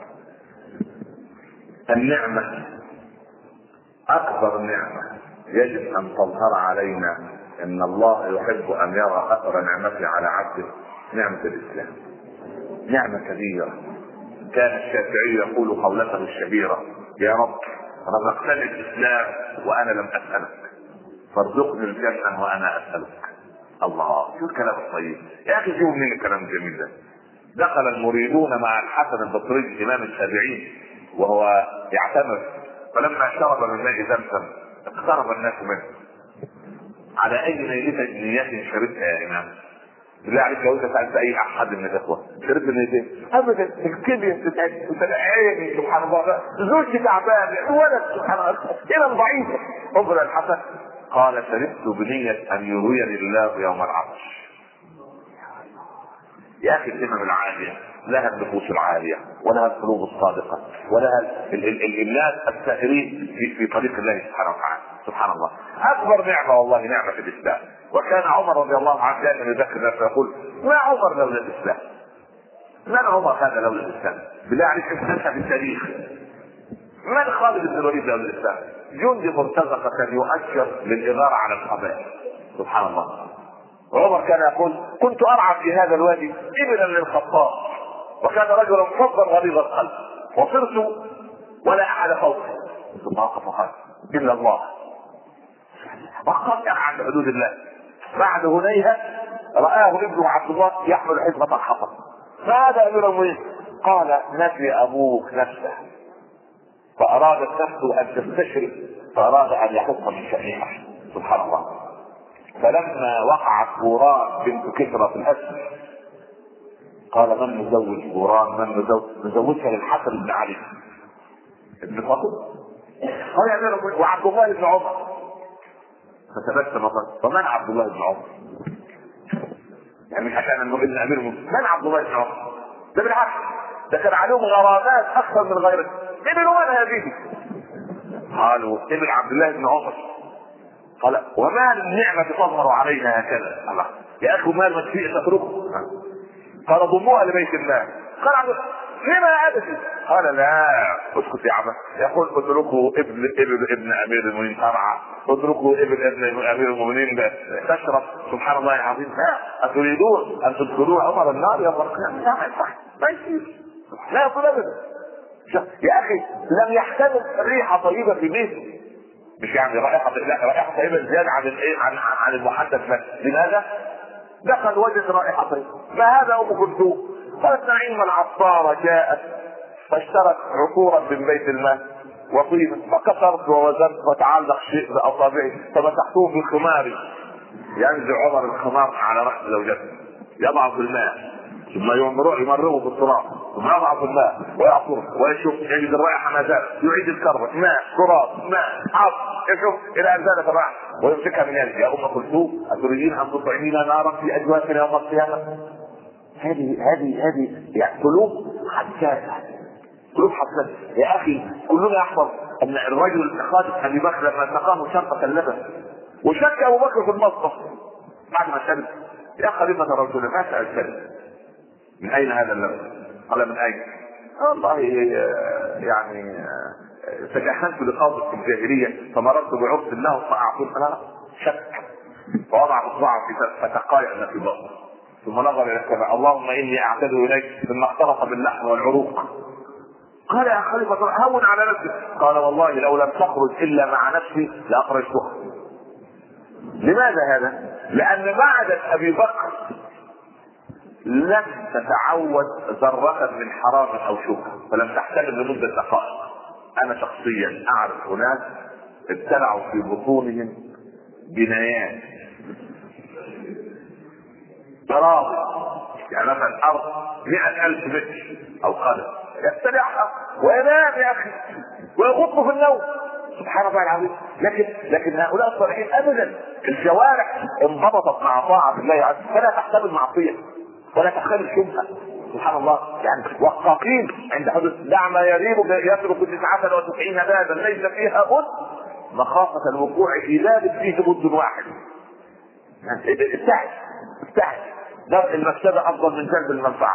النعمه اكبر نعمه يجب ان تظهر علينا ان الله يحب ان يرى اثر نعمته على عبده، نعمه الاسلام. نعمه كبيره. كان الشافعي يقول قولته الشهيره: يا رب رزقتني الاسلام وانا لم اسالك، فارزقني الجنه وانا اسالك. الله شو الكلام الطيب يا اخي، شوف من الكلام الجميل ده. دخل المريدون مع الحسن البصري امام التابعين وهو يعتمر، فلما شرب من ماء زمزم اقترب الناس منه. على اي نية نية شربتها يا امام؟ بالله عليك لو انت سالت اي احد من الاخوه شربت نيتين؟ ابدا. الكليه بتتعب، عيني سبحان الله، زوجتي تعبانه، الولد سبحان الله اذا ضعيفه. انظر الحسن قال: شربت بنيه ان يرويني الله يوم العرش. يا اخي الهمم العاليه لها النفوس العاليه ولها القلوب الصادقه ولها ال ال ال الناس السائرين في, في طريق الله سبحانه وتعالى. سبحان الله. اكبر نعمه والله نعمه الاسلام. وكان عمر رضي الله عنه دائما يذكر نفسه يقول: ما عمر لولا الاسلام؟ من عمر هذا لولا الاسلام؟ بالله عليك اسمعها في التاريخ. من خالد بن الوليد لولا الاسلام؟ جندي مرتزقه كان يؤشر للاغاره على القبائل. سبحان الله. عمر كان يقول: كنت ارعى في هذا الوادي ابنا للخطاب، وكان رجلا فظا غليظ القلب، وصرت ولا احد فوقي، ثم وقف وقال: الا الله. وقف عن حدود الله. بعد هنيهة رآه ابنه عبد الله يحمل حزمة الحطب. فهذا امير المؤمنين قال: نسي ابوك نفسه، فارادت نفسه ان تستشرف، فاراد ان يحط من شأنها. سبحان الله. فلما وقعت بوران بنت كسرى في الاسر قال: من نزوج بوران؟ من نزوج؟ نزوجها للحسن بن علي ابن فاطمه. قال: يا امير المؤمنين وعبد الله بن عمر. فتبسم وقال: ومن عبد الله بن عمر؟ يعني مش عشان انه ابن امير المؤمنين، من عبد الله بن عمر؟ ده بالعكس، ده كان عليهم غرامات اكثر من غيره. ابن من هذه؟ قالوا: ابن عبد الله بن عمر. قال: وما النعمة تظهر علينا هكذا؟ الله يا اخي ما المسيء تتركه. قال ضموها لبيت الله. قال عبد لما يا ابتي؟ قال لا اسكت يا عم. يقول اتركوا ابن ابن ابن امير المؤمنين ترعى، اتركوا ابن ابن امير المؤمنين تشرب. سبحان الله العظيم. لا اتريدون ان تدخلوا عمر النار يوم القيامه؟ لا ما يصير، لا يصير ابدا. يا اخي لم يحتمل ريحه طيبه في بيته، مش يعني رائحه، لا رائحه طيبه زياده عن الايه عن عن المحدث. لماذا؟ دخل وجد رائحه طيبه. ما هذا ام كلثوم؟ قالت نعيم العطارة جاءت فاشترت عطورا من بيت المال وطيبا، فكسرت ووزنت وتعلق شيء باصابعي فمسحته بالخمار. ينزع عمر الخمار على راس زوجته، يضع في الماء ثم يمرغ يمرغه بالتراب ثم يضع في الماء ويعصره ويشوف يجد الرائحه ما زالت، يعيد الكرة ماء تراب ماء عصر يشوف الى ان زالت الرائحه ويمسكها من يده. يا ام كلثوم اتريدين ان تطعمينا نارا في اجوافنا يوم القيامه؟ هذه هذه هذه يعني قلوب حساسه، قلوب حساسه. يا اخي كلنا يحفظ ان الرجل خالد ابي بكر لما سقاه شربة اللبن وشك ابو بكر في المطبخ بعد ما شرب، يا خليفه الرسول ما سال شرب من اين هذا اللبن؟ قال من اين؟ والله يعني تجهزت لقاضي في الجاهليه فمررت بعرس الله فاعطيت لها شك فوضع اصبعه فتقايا في بطنه ثم نظر الى السماء اللهم اني اعتذر اليك مما اختلط باللحم والعروق. قال يا خليفه هون على نفسك. قال والله لو لم تخرج الا مع نفسي لاخرجتها. لماذا هذا؟ لان معدة ابي بكر لم تتعود ذرة من حرام او شبهه فلم تحتمل لمدة دقائق. انا شخصيا اعرف اناس ابتلعوا في بطونهم بنايات تراب، يعني مثلا ارض مئة الف متر او قدم يبتلعها وينام يا اخي ويغط في النوم. سبحان الله العظيم. لكن لكن هؤلاء الصالحين ابدا الجوارح انضبطت مع طاعه الله عز وجل فلا تحتمل معصيه ولا تحتمل شبهه. سبحان الله. يعني وقاقين عند حدث دع ما يريب يترك تسعة وتسعين بابا ليس فيها بد مخافه الوقوع في باب فيه بد واحد. ابتعد ابتعد. درء المفسده افضل من جلب المنفعه.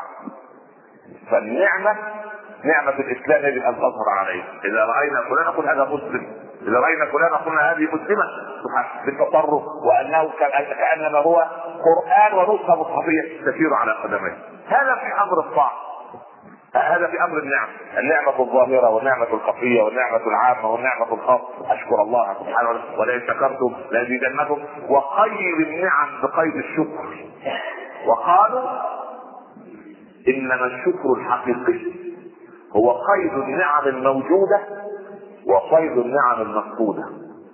فالنعمه نعمة الإسلام يجب أن تظهر عليه. إذا رأينا فلان نقول هذا مسلم، إذا رأينا فلان نقول هذه مسلمة بالتصرف وأنه كأنما هو قرآن ونسخة مصحفية تسير على قدميه. هذا في أمر الطاعة، هذا في أمر النعم، النعمة الظاهرة والنعمة الخفية والنعمة العامة والنعمة الخاصة. أشكر الله سبحانه وتعالى ولئن شكرتم لأزيدنكم. وخير النعم بقيد الشكر. وقالوا إنما الشكر الحقيقي هو قيد النعم الموجودة وقيد النعم المفقودة.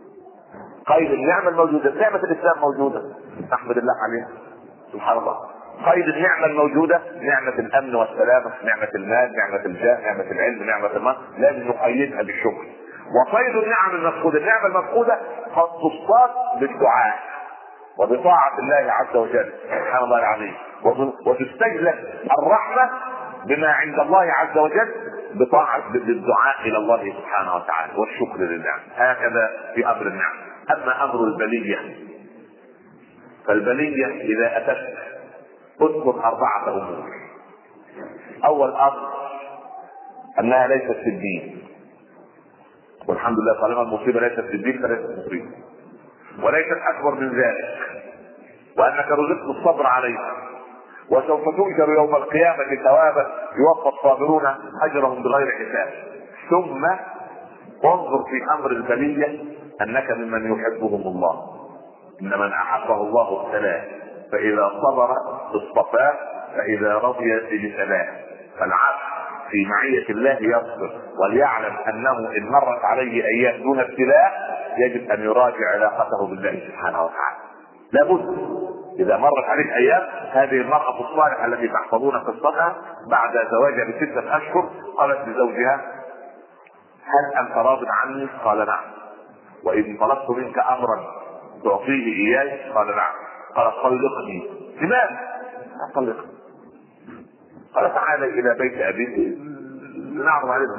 قيد النعم الموجودة نعمة الإسلام موجودة نحمد الله عليها سبحان الله. قيد النعمة الموجودة نعمة الأمن والسلامة، نعمة المال، نعمة الجاه، نعمة العلم، نعمة المال، لازم نقيدها بالشكر. وقيد النعم المفقودة النعمة المفقودة قد تصطاد بالدعاء وبطاعة الله عز وجل سبحان الله العظيم. وتستجلب الرحمة بما عند الله عز وجل بطاعة بالدعاء الى الله سبحانه وتعالى والشكر لله. هكذا في امر النعم. اما امر البلية فالبلية اذا اتت اذكر اربعة امور. اول امر انها ليست في الدين، والحمد لله طالما المصيبة ليست في الدين فليست مصيبة وليست اكبر من ذلك، وانك رزقت الصبر عليها وسوف تؤجر يوم القيامة ثوابا يوفى الصابرون اجرهم بغير حساب. ثم انظر في امر البلية انك ممن يحبهم الله، ان من احبه الله ابتلاه فاذا صبر اصطفاه فاذا رضي اجتباه. فالعبد في معية الله يصبر وليعلم انه ان مرت عليه ايام دون ابتلاء يجب ان يراجع علاقته بالله سبحانه وتعالى. لابد إذا مرت عليك أيام. هذه المرأة الصالحة التي تحفظون قصتها بعد زواجها بستة أشهر قالت لزوجها هل أنت راض عني؟ قال نعم. وإذ طلبت منك أمرا تعطيه إياي؟ قال نعم. قال طلقني. لماذا؟ طلقني. قال تعالى إلى بيت أبيك نعرض عليك.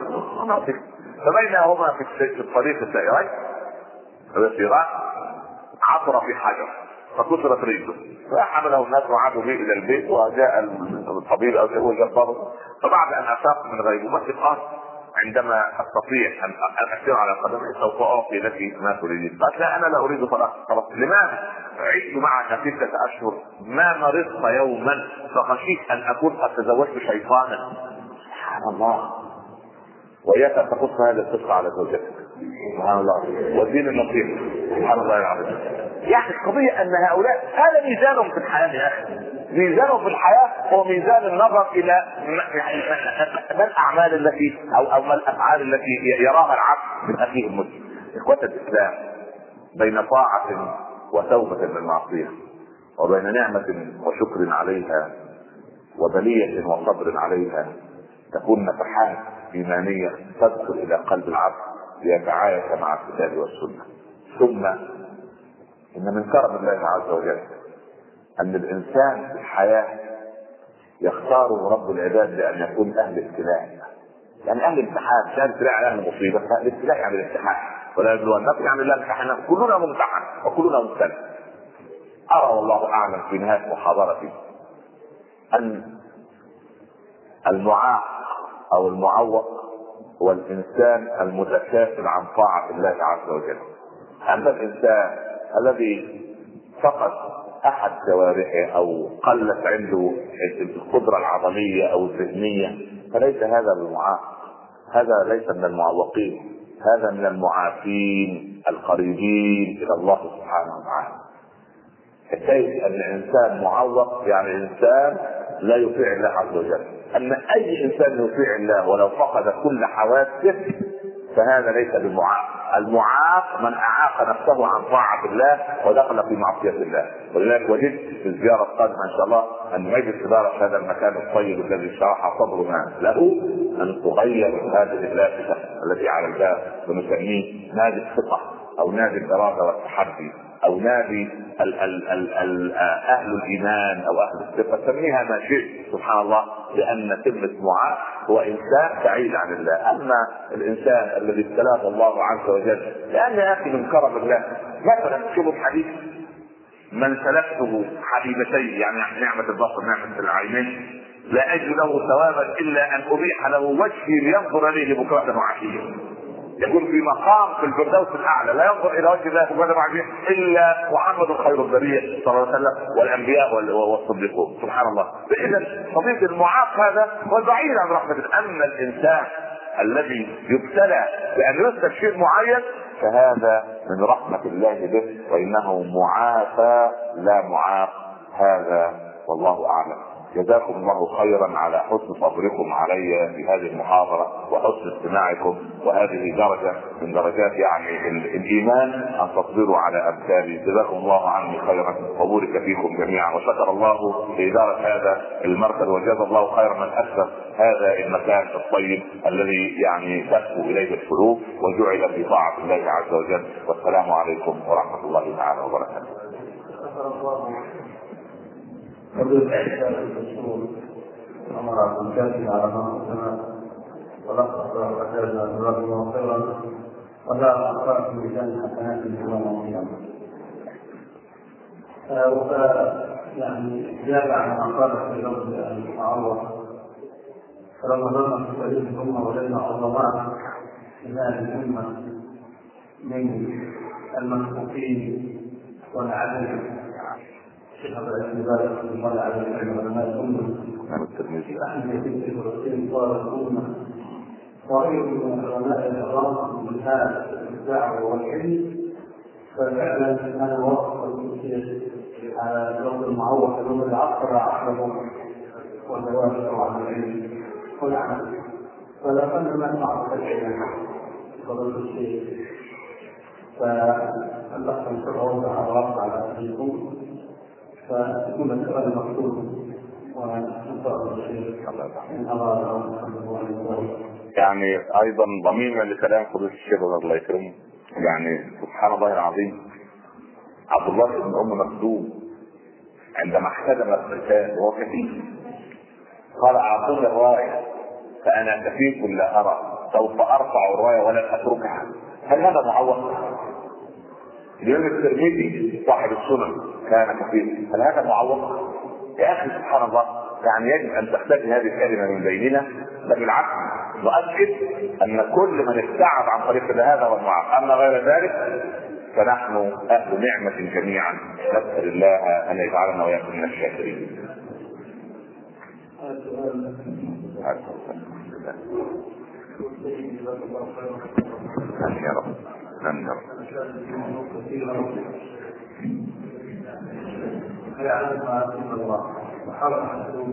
فبينهما في الطريق السائرين السيران عثر في حجر فكسرت رجله، فحمله الناس وعادوا به الى البيت، وجاء الطبيب او شيء وجبره. فبعد ان افاق من غيبوبته قال عندما استطيع ان اسير على قدمي سوف اعطي لك ما تريدين. قالت لا انا لا اريد خلاص. لماذا؟ عشت معك ستة اشهر ما مرضت يوما فخشيت ان اكون قد تزوجت شيطانا. سبحان الله. واياك ان تقص هذه القصه على زوجتك. سبحان الله. والدين النصيحه. سبحان الله العظيم. يعني القضيه ان هؤلاء هذا ميزانهم في الحياه يا اخي. ميزانهم في الحياه هو ميزان النظر الى ما الاعمال التي او او ما الافعال التي يراها العبد من اخيه المسلم. اخوه الاسلام، بين طاعه وتوبه من المعصيه، وبين نعمه وشكر عليها، وبليه وصبر عليها، تكون نفحات ايمانيه تدخل الى قلب العبد ليتعايش مع الكتاب والسنه. ثم ان من كرم الله عز وجل ان الانسان في الحياه يختاره رب العباد لان يكون اهل ابتلاء. يعني اهل امتحان، مش اهل ابتلاء على اهل مصيبه، لا، الابتلاء يعني الامتحان. ولا يبلونكم يعني لا امتحان، كلنا ممتحن وكلنا مبتلى. ارى والله اعلم في نهايه محاضرتي ان المعاق او المعوق هو الانسان المتكاسل عن طاعه الله عز وجل. اما الانسان الذي فقد احد جوارحه او قلت عنده القدره العضليه او الذهنيه فليس هذا المعاق، هذا ليس من المعوقين، هذا من المعافين القريبين الى الله سبحانه وتعالى. حكايه ان الانسان معوق يعني انسان لا يطيع الله عز وجل. اما اي انسان يطيع الله ولو فقد كل حواسه فهذا ليس بالمعاق. المعاق من اعاق نفسه عن طاعه الله ودخل في معصيه الله. ولذلك وجدت في الزياره القادمه ان شاء الله ان مجلس اداره هذا المكان الطيب الذي شرح صدرنا له ان تغير هذه اللافته التي على الباب ونسميه نادي الثقه او نادي الاراده والتحدي او نادي ال ال ال ال اهل الايمان او اهل الثقه، سميها ما شئت. سبحان الله. لان كلمه معاق هو انسان بعيد عن الله. اما الانسان الذي ابتلاه الله عز وجل، لان يا اخي من كرم الله مثلا شوفوا الحديث من سلكته حبيبتين، يعني نعمه البصر نعمه العينين، لا اجد له ثوابا الا ان ابيح له وجهي لينظر اليه بكره وعشيه. يقول في مقام في الفردوس الاعلى لا ينظر الى وجه الله سبحانه وتعالى الا محمد خير البريه صلى الله عليه وسلم والانبياء والصديقون. سبحان الله. فاذا قضيه المعاق هذا هو بعيد عن رحمه الله. اما الانسان الذي يبتلى بان يسلك شيء معين فهذا من رحمه الله به، وانه معافى لا معاق. هذا والله اعلم. جزاكم الله خيرا على حسن صبركم علي في هذه المحاضرة وحسن استماعكم، وهذه درجة من درجات يعني الإيمان أن تصبروا على أمثالي. جزاكم الله عني خيرا وبارك فيكم جميعا، وشكر الله في إدارة هذا المركز، وجزا الله خيرا من أسس هذا المكان الطيب الذي يعني تسكو إليه القلوب وجعل في طاعة الله عز وجل. والسلام عليكم ورحمة الله تعالى وبركاته. قبل الإعلان المشهور أمر بالكاتب على ما ولقد أخذنا الله خيرا ولا أخذ في ميزان حسنات اليوم والقيامة. يعني زاد عن ما قال في لفظ المعروف فلما ظن في طريق الأمة وجدنا عظماء من هذه الأمة من المسبوقين والعدل شيخ الاعتبار في الله على العلم علماء الأمة في أحد في فلسطين صار الأمة وغير من علماء الإعراب من هذا الدعوة والعلم. ففعلا هذا وصف المسير على لفظ المعوق لفظ العقل عقله والدوافع عن العلم والعمل. فلقد ما نعرف العلم فضل الشيء فالأحسن تبعوضع الرابط على أهلكم فيكون السؤال المقصود ونسأل الشيء إن أراد يعني أيضا ضمينا لكلام فضيلة الشيخ الله يكرمه. يعني سبحان الله العظيم، عبد الله بن أم مكتوم عندما احتدم القتال وهو كفيف قال أعطوني الراية فأنا كفيف لا أرى، سوف أرفع الراية ولن أتركها. هل هذا معوق؟ الإمام الترمذي صاحب السنن كان كثير، هل هذا معوق؟ يا أخي سبحان الله، يعني يجب أن تختفي هذه الكلمة من بيننا، بل بالعكس نؤكد أن كل من ابتعد عن طريق هذا هو المعوق. أما غير ذلك فنحن أهل نعمة جميعا، نسأل الله أن يجعلنا وإياكم من الشاكرين. آمين يا رب. آمين يا رب. فيعلم ما أتم الله وحرم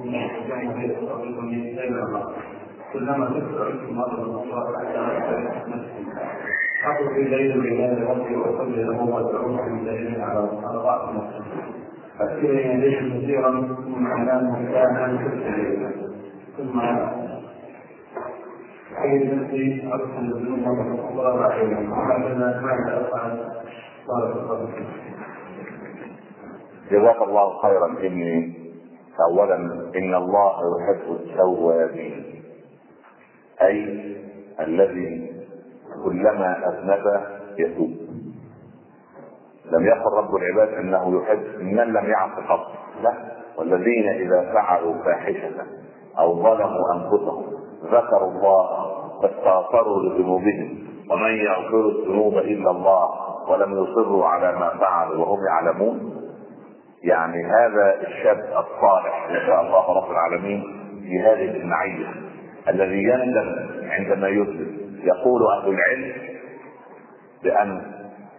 الله كلما تكثر اسم الله حفظ في ليل العباد ربي وصلي له وادعوه من دليل على ضعف نفسه فاكثر يديه كثيرا من كلام كان ثم حين نفسي ارسل الذنوب الله عليهم وهكذا ماذا افعل؟ بارك الله فيك. جزاك الله خيرا. اني اولا ان الله يحب التوابين، اي الذي كلما اذنب يتوب. لم يقل رب العباد انه يحب من لم يعص قط، لا، والذين اذا فعلوا فاحشه او ظلموا انفسهم ذكروا الله فاستغفروا لذنوبهم ومن يغفر الذنوب الا الله ولم يصروا على ما فعلوا وهم يعلمون. يعني هذا الشاب الصالح ان شاء الله رب العالمين في هذه المعيه الذي يندم عندما يذنب. يقول اهل العلم بان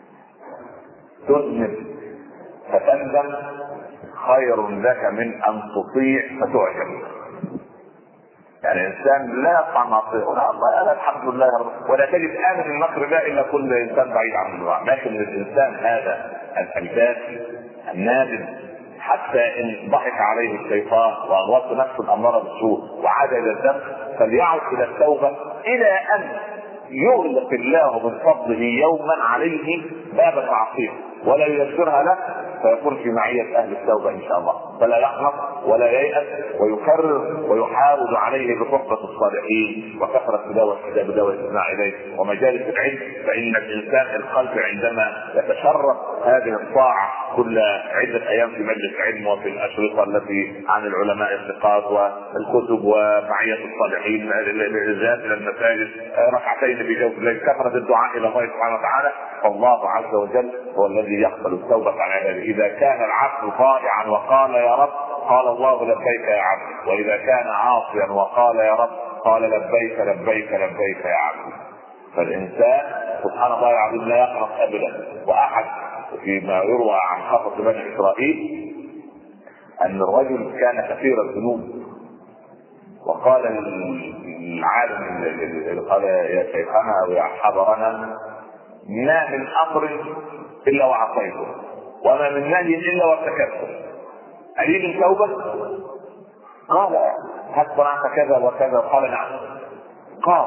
تذنب فتندم خير لك من ان تطيع فتعجب. يعني الانسان لا يقع معصيه، لا الله انا الحمد لله رب، ولا تجد امن المكر لا الا كل انسان بعيد عن الله. لكن الانسان هذا الفاسد النادم حتى ان ضحك عليه الشيطان واغوته نفسه الاماره بالسوء وعاد الى الذنب فليعد الى التوبه الى ان يغلق الله من فضله يوما عليه باب التعصيب ولا ييسرها له، فيكون في معيه اهل التوبه ان شاء الله، فلا يقنط ولا ييأس ويكرر ويحاول عليه بصحبه الصالحين وكثره تلاوه كتاب الله والاستماع اليه ومجالس العلم. فان الانسان القلب عندما يتشرف هذه الطاعه كل عده ايام في مجلس علم وفي الاشرطه التي عن العلماء الثقات والكتب ومعيه الصالحين الذهاب الى المساجد ركعتين في جوف الليل كثره الدعاء الى الله سبحانه وتعالى، فالله عز وجل هو الذي يقبل التوبه عن عباده. اذا كان العبد طائعا وقال يا رب قال الله لبيك يا عبد، واذا كان عاصيا وقال يا رب قال لبيك لبيك لبيك يا عبد. فالانسان سبحان الله العظيم لا يقنط ابدا. واحد فيما يروى عن خطة بني اسرائيل ان الرجل كان كثير الذنوب، وقال العالم اللي قال يا شيخنا او يا حضرنا ما من امر الا وعصيته وما من نهي الا وارتكبته، أريد التوبة؟ قال هل صنعت كذا وكذا؟ قال نعم. قال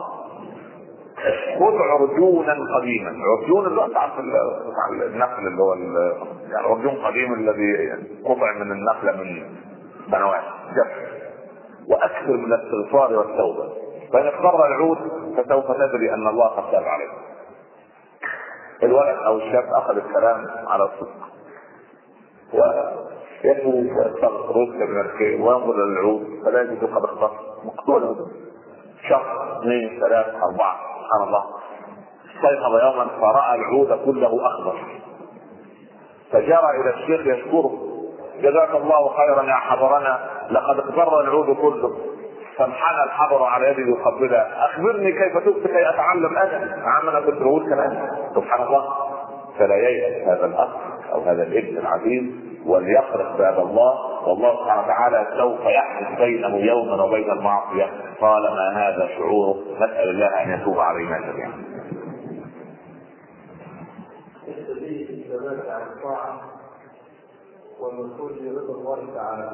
خذ عرجونا قديما. عرجون اللي هو تعرف النخل اللي هو يعني عرجون قديم الذي قطع من النخلة من سنوات جف، واكثر من الاستغفار والتوبة، فإن اضطر العود فسوف تدري أن الله قد تاب عليه. الولد أو الشاب أخذ الكلام على الصدق ويأتي يستغفر من الخير وينظر للعود فلا يجد قد اختص مقتولا. شهر اثنين ثلاث أربعة سبحان الله استيقظ يوما فرأى العود كله أخضر، فجرى إلى الشيخ يشكره جزاك الله خيرا يا حضرنا لقد اخضر العود كله. فانحنى الحضر على يدي يقبلها اخبرني كيف تبت كي اتعلم انا عمنا كنت بقول كلام. سبحان الله. فلا ييأس هذا الاخ او هذا الابن العزيز وليخرق باب الله، والله سبحانه وتعالى سوف يحدث بينه يوما وبين المعصيه طالما هذا شعوره. نسأل الله ان يتوب علينا جميعا. الثبات على الطاعه والوصول لرضا الله تعالى.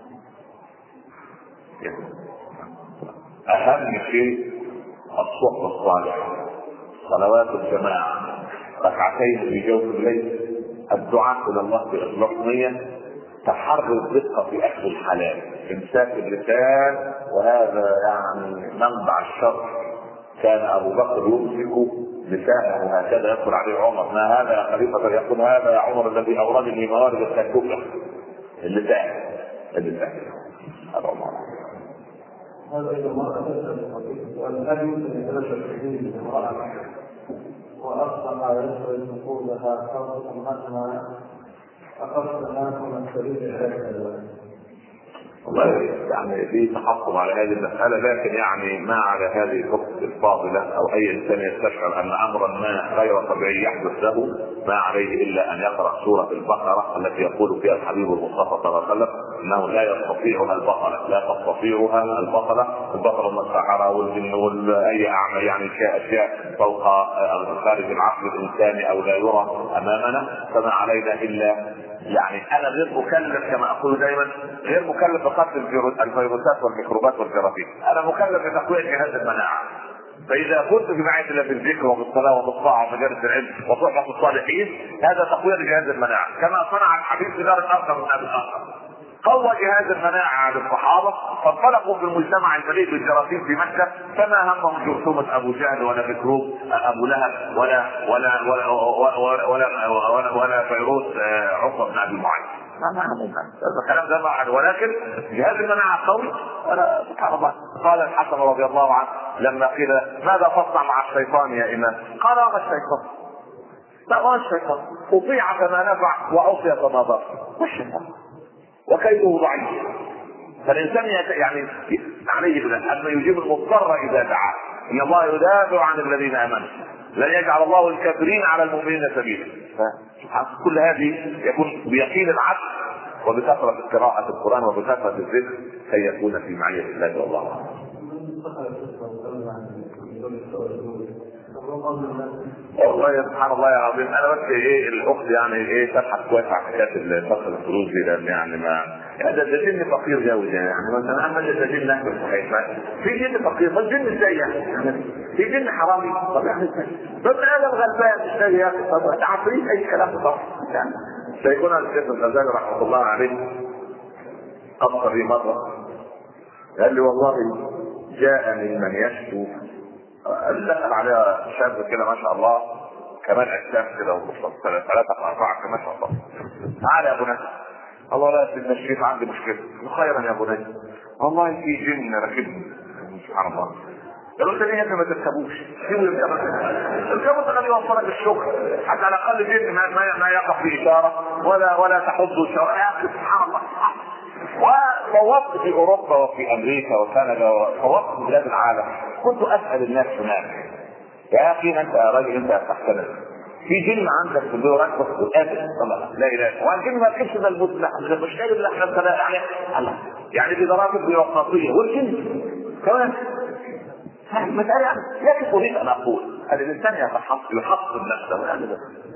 اهم شيء الصحبه الصالحه، صلوات الجماعه، ركعتين في جوف الليل، الدعاء الى الله باخلاص نيه، تحري الرزق في اكل الحلال، امساك اللسان وهذا يعني منبع الشر. كان ابو بكر يمسك لسانه هكذا يدخل عليه عمر: ما هذا يا خليفة؟ يقول: هذا يا عمر الذي أوردني موارد التكلفة. اللسان اللسان هذا عمر. هذا إذا مرة تسأل هل يمكن يتلاشى التحديد بالمرأة وأصبح يسأل نقودها خاصة أنها أخذت الناس من السبيل هكذا؟ والله يعني في تحكم على هذه المسألة، لكن يعني ما على هذه الأخت الفاضلة أو أي إنسان يستشعر أن أمرا ما غير طبيعي يحدث له ما عليه إلا أن يقرأ سورة البقرة التي يقول فيها الحبيب المصطفى صلى الله عليه وسلم أنه لا يستطيعها البقرة، لا تستطيعها البقرة. البقرة والسحرة والجن وأي أعمى يعني أشياء فوق خارج العقل الإنساني أو لا يرى أمامنا، فما علينا إلا يعني انا غير مكلف كما اقول دائما، غير مكلف بقتل الفيروسات والميكروبات والجراثيم، انا مكلف بتقويه جهاز المناعه. فاذا كنت في معيه الله بالذكر وبالصلاه وبالطاعه ومجالس العلم وصحبه الصالحين، هذا تقويه لجهاز المناعه، كما صنع الحبيب في دار الاخر من ابي الاخر. قوى جهاز المناعه للصحابه فانطلقوا في المجتمع المليء بالجراثيم في مكه، فما همهم جرثومه ابو جهل ولا ميكروب ابو لهب ولا ولا ولا ولا ولا, ولا, ولا فيروس عقبه بن ابي معيط. ما همهم هذا الكلام ده بعد، ولكن جهاز المناعه قوي. سبحان الله. قال الحسن رضي الله عنه لما قيل: ماذا تصنع مع الشيطان يا امام؟ قال: هذا الشيطان لا هو الشيطان اطيع فما نفع واعصي فما ضر، والشيطان وكيده ضعيف. فالانسان يعني عليه بلا ان يجيب المضطر اذا دعاه، ان الله يدافع عن الذين امنوا، لن يجعل الله الكافرين على المؤمنين سبيلا. كل هذه يكون بيقين العبد وبكثره قراءه القران وبكثره الذكر كي يكون في معيه الله والله اعلم. والله سبحان الله العظيم. انا بس ايه الاخت يعني ايه تبحث كويس عن حكايه فصل الفلوس دي، لان يعني ما يعني ده جن فقير جوي يعني مثلا اما ده جن نهبل صحيح، في جن فقير بس جن ازاي يعني؟ في جن حرامي طب يعني ازاي؟ بس هذا الغلبان ازاي يا اخي؟ طب تعرفين اي كلام طبعا يعني. سيكون الشيخ الغزالي رحمه الله عليه ابصر لي مره قال لي: والله جاءني من يشكو، دخل عليها شاب كده ما شاء الله كمان اجسام كده وصل ثلاثة أربعة ما شاء الله. تعالى يا بني. الله لا سيدنا الشريف عندي مشكلة. خيرا يا بني. والله في جن راكبني. سبحان الله. قالوا انت ليه ما تركبوش؟ اركبوا تخليه يوصلك الشغل، حتى على الاقل جن ما ما يقع في اشاره ولا ولا تحض اشاره. يا اخي سبحان الله. وطوفت في اوروبا وفي امريكا وكندا وطوفت في بلاد العالم، كنت اسال الناس هناك: يا اخي انت يا راجل انت تحتمل في جن عندك في الدور اكبر وقادر طبعا لا اله، والجن ما تكفش ده المسلم مش قادر احنا يعني الله يعني في ضرائب بيروقراطيه والجن كمان مسألة يعني. لكن اريد ان اقول ان الانسان يتحصل يحصل نفسه يعني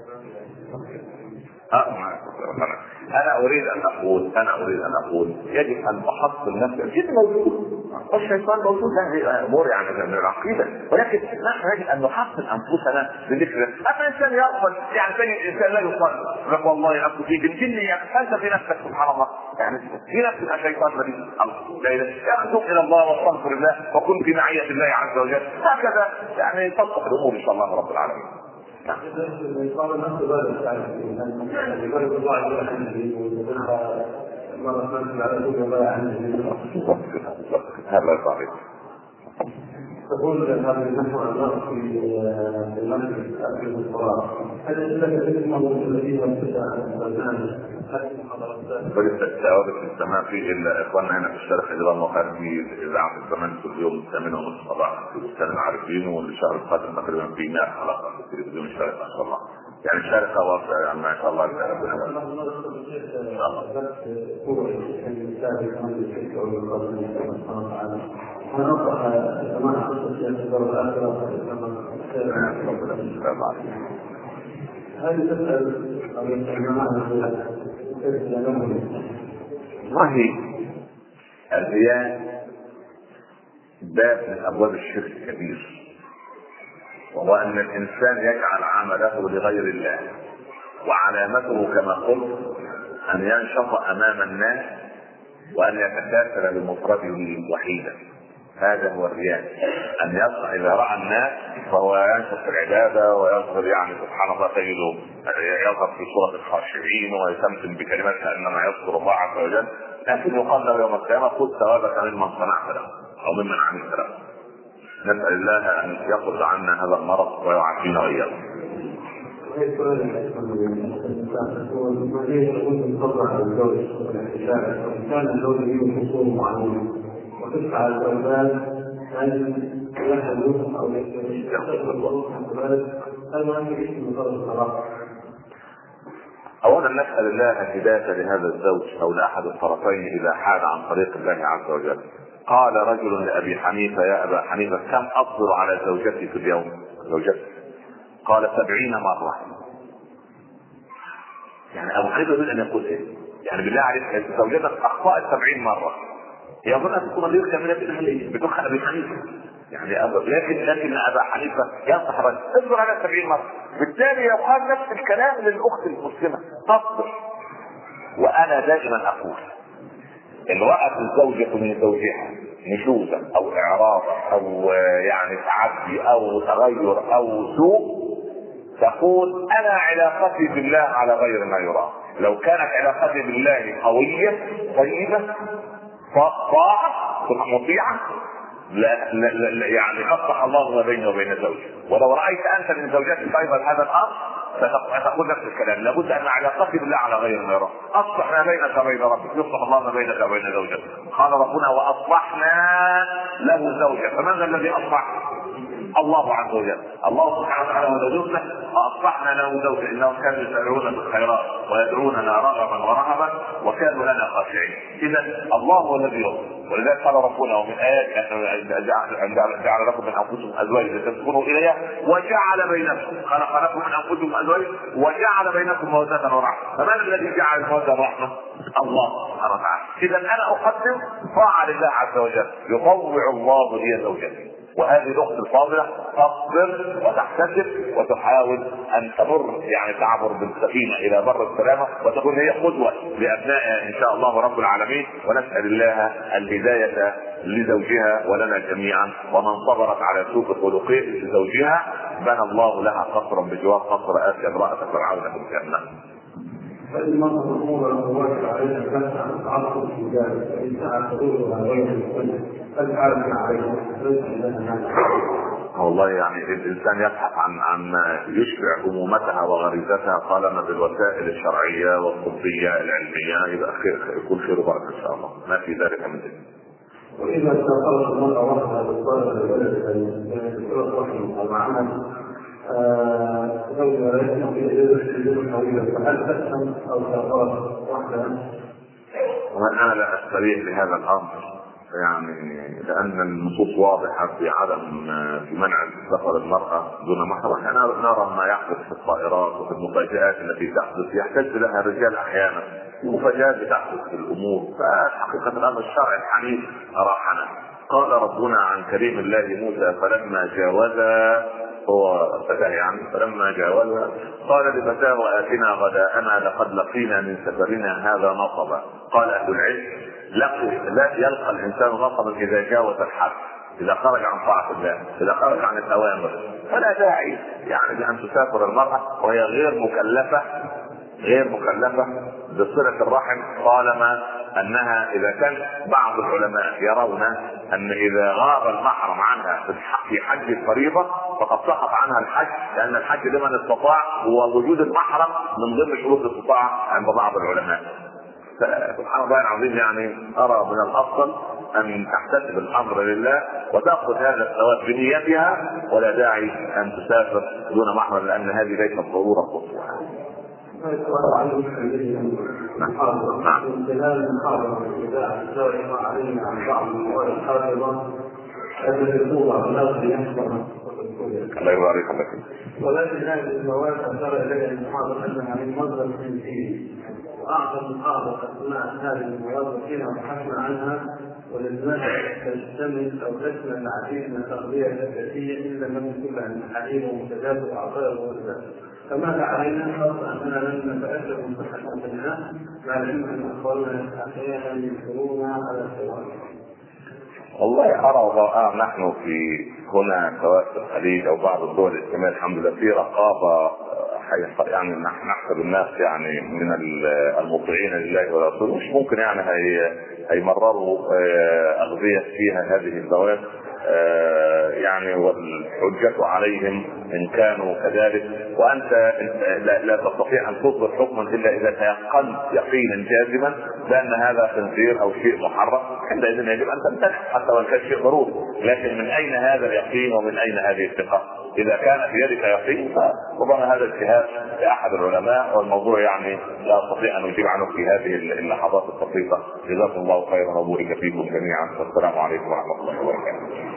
انا اريد ان اقول انا اريد ان اقول يجب ان تحصل نفسك. الجن موجود والشيطان موجود، هذه امور يعني من العقيده، ولكن نحن يجب ان نحصل انفسنا بذكر. اما الانسان يغفل يعني ثاني الانسان لا يصلي يقول والله اكو في الجن انت في نفسك سبحان الله يعني في نفسك شيطان مريض الله لا اله يخطب الى الله واستغفر الله وكن في معيه الله عز وجل. هكذا يعني تصلح الامور ان شاء الله رب العالمين. هذا صحيح. تقول هذا النحو النص في المسجد في الصلاة. هل الذي يسمعه الذين ابتدأ البرنامج ولسه التعاود في السماء في الا اخواننا هنا في الشرق اجرام وقت في اذاعه الزمان كل يوم الثامنه ونصف صباحا في بستان العارفين، والشهر القادم تقريبا في مئة حلقه في التلفزيون الشرق ما شاء الله. يعني الشارقه واسعه يعني ما شاء الله. هل تسأل عن الجماعة والله الرياء باب من ابواب الشرك الكبير، وهو ان الانسان يجعل عمله لغير الله، وعلامته كما قلت ان ينشط امام الناس وان يتكاسل بمفرده وحيدا. هذا هو الرياء، ان يصنع اذا راى الناس فهو ينشط في العباده ويظهر، يعني سبحان الله تجده يظهر في صوره الخاشعين ويتمثل بكلمات كانما يذكر الله عز وجل، لكن يقال له يوم القيامه خذ ثوابك ممن صنعت له او ممن عملت له. نسال الله ان يخرج عنا هذا المرض ويعافينا واياكم. كان اللون له خصوم معينه وتسعى الاولاد ان يحلوا او يحلوا اولا نسال الله الهدايه لهذا الزوج او لاحد الطرفين اذا حاد عن طريق الله عز وجل. قال رجل لابي حنيفه: يا ابا حنيفه كم اصبر على زوجتي في اليوم؟ زوجتي قال سبعين مره. يعني ابو حنيفه يريد ان يقول ايه؟ يعني بالله عليك زوجتك اخطات سبعين مره، يظن ان تكون غير كامله الاهليه بتوخ ابي حنيفه. يعني أبو لكن لكن ابا حنيفه ينصح الرجل اصبر على سبعين مره. بالتالي يقال نفس الكلام للاخت المسلمه تصبر. وانا دائما اقول ان رأت الزوجه من زوجها نشوزا او اعراضا او يعني تعدي او تغير او سوء تقول انا علاقتي بالله على غير ما يرام. لو كانت علاقتي بالله قويه طيبه طاعه مطيعه لا لا لا يعني قطع الله ما بيني وبين زوجي. ولو رايت انت من زوجتك ايضا هذا الامر فتقول نفس الكلام. لابد ان علاقتي بالله على غير ما يرام. اصلح ما بينك وبين ربك يصلح الله ما بينك وبين زوجك. قال ربنا واصلحنا له زوجا. فمن الذي اصلح؟ الله عز وجل. الله سبحانه وتعالى وزوجته فاصلحنا له زوجا انهم كانوا يسارعون بالخيرات ويدعوننا رغبا ورهبا وكانوا لنا خاشعين. اذا الله هو الذي يصلح. ولذلك قال ربنا ومن ايات ان جعل لكم من انفسكم ازواجا لتسكنوا اليها وجعل بينكم خلق لكم من انفسكم ازواجا وجعل بينكم موده ورحمه. فمن الذي جعل الموده والرحمه؟ الله سبحانه وتعالى. اذا انا اقدم طاعه لله عز وجل يطوع الله لي زوجتي. وهذه الاخت الفاضله تصبر وتحتسب وتحاول ان تمر يعني تعبر بالسفينه الى بر السلامه وتكون هي قدوه لابنائها ان شاء الله رب العالمين. ونسال الله الهدايه لزوجها ولنا جميعا. ومن صبرت على سوء خلقه لزوجها بنى الله لها قصرا بجوار قصر اتي امراه فرعون في الجنه. فالمرأة الأمور الواجب عليها البحث عن التعصب في ذلك فإن سعى حضورها غير السنة فالعالم عليها ليس لها. والله يعني الإنسان يبحث عن عن يشبع همومتها وغريزتها طالما بالوسائل الشرعية والطبية العلمية يبقى خير يكون خير وبركة إن شاء الله ما في ذلك من ذلك. وإذا استقرت المرأة وحدها بالطالب الولد بصورة رحم أو عمل زوجها لا يسمح بإذن طويلة فهل تفهم أو تقرأ وحدها؟ وأنا لا أستريح لهذا الأمر يعني لأن النصوص واضحة في عدم في منع سفر المرأة دون محرم. يعني نرى ما يحدث في الطائرات وفي المفاجآت التي تحدث يحتاج لها الرجال أحيانا مفاجآت بتحدث في الأمور. فحقيقة الأمر الشرع الحنيف أراحنا. قال ربنا عن كريم الله موسى فلما جاوزا هو فتاه يعني فلما جاوزها قال لفتاه آتنا غداءنا لقد لقينا من سفرنا هذا نصبا. قال أهل العلم لا يلقى الإنسان نصبا إذا جاوز الحد إذا خرج عن طاعة الله إذا خرج عن الأوامر. فلا داعي يعني بأن تسافر المرأة وهي غير مكلفة غير مكلفة بصلة الرحم طالما انها اذا كان بعض العلماء يرون ان اذا غاب المحرم عنها في حج الفريضة فقد سقط عنها الحج لان الحج لمن استطاع ووجود المحرم من ضمن شروط الاستطاعة عند بعض العلماء. سبحان الله العظيم يعني ارى من الافضل ان تحتسب الامر لله وتاخذ هذا الثواب بنيتها ولا داعي ان تسافر دون محرم لان هذه ليست ضرورة قصوى. السؤال عن المحرم نعم من خلال المحرم الاتباع الشرعي علينا عن بعض المواد الحافظة التي توضع الناس يحفظها الله يبارك لك. ولكن هذه المواد أشار إليها المحاضر أنها من مصدر تنسيق وأعظم المحاضر أثناء هذه المواد وفيها بحثنا عنها وللناس تشتمل أو تشمل العديد من التغذية الأساسية إلا من كل عن الحليب ومنتجات وعطايا وغيرها. فماذا علينا خاصة أننا لم نتأكد من صحة منها مع العلم أن أخواننا أحيانا ينكرون على السؤال. والله ارى وضع نحن في هنا سواء في الخليج او بعض الدول الاسلاميه الحمد لله في رقابه، يعني نحن نحسب الناس يعني من المطيعين لله ورسوله، مش ممكن يعني هي هيمرروا اغذيه فيها هذه الزواج، يعني والحجة عليهم إن كانوا كذلك. وأنت لا, لا تستطيع أن تصدر حكما إلا إذا تيقنت يقينا جازما بأن هذا خنزير أو شيء محرم، عندئذ يجب أن تمتنع حتى وإن كان شيء ضروري. لكن من أين هذا اليقين ومن أين هذه الثقة؟ إذا كان في يدك يقين فربما هذا اجتهاد لأحد العلماء، والموضوع يعني لا أستطيع أن أجيب عنه في هذه اللحظات البسيطة. جزاكم الله خيرا وبارك فيكم جميعا، والسلام عليكم ورحمة الله وبركاته.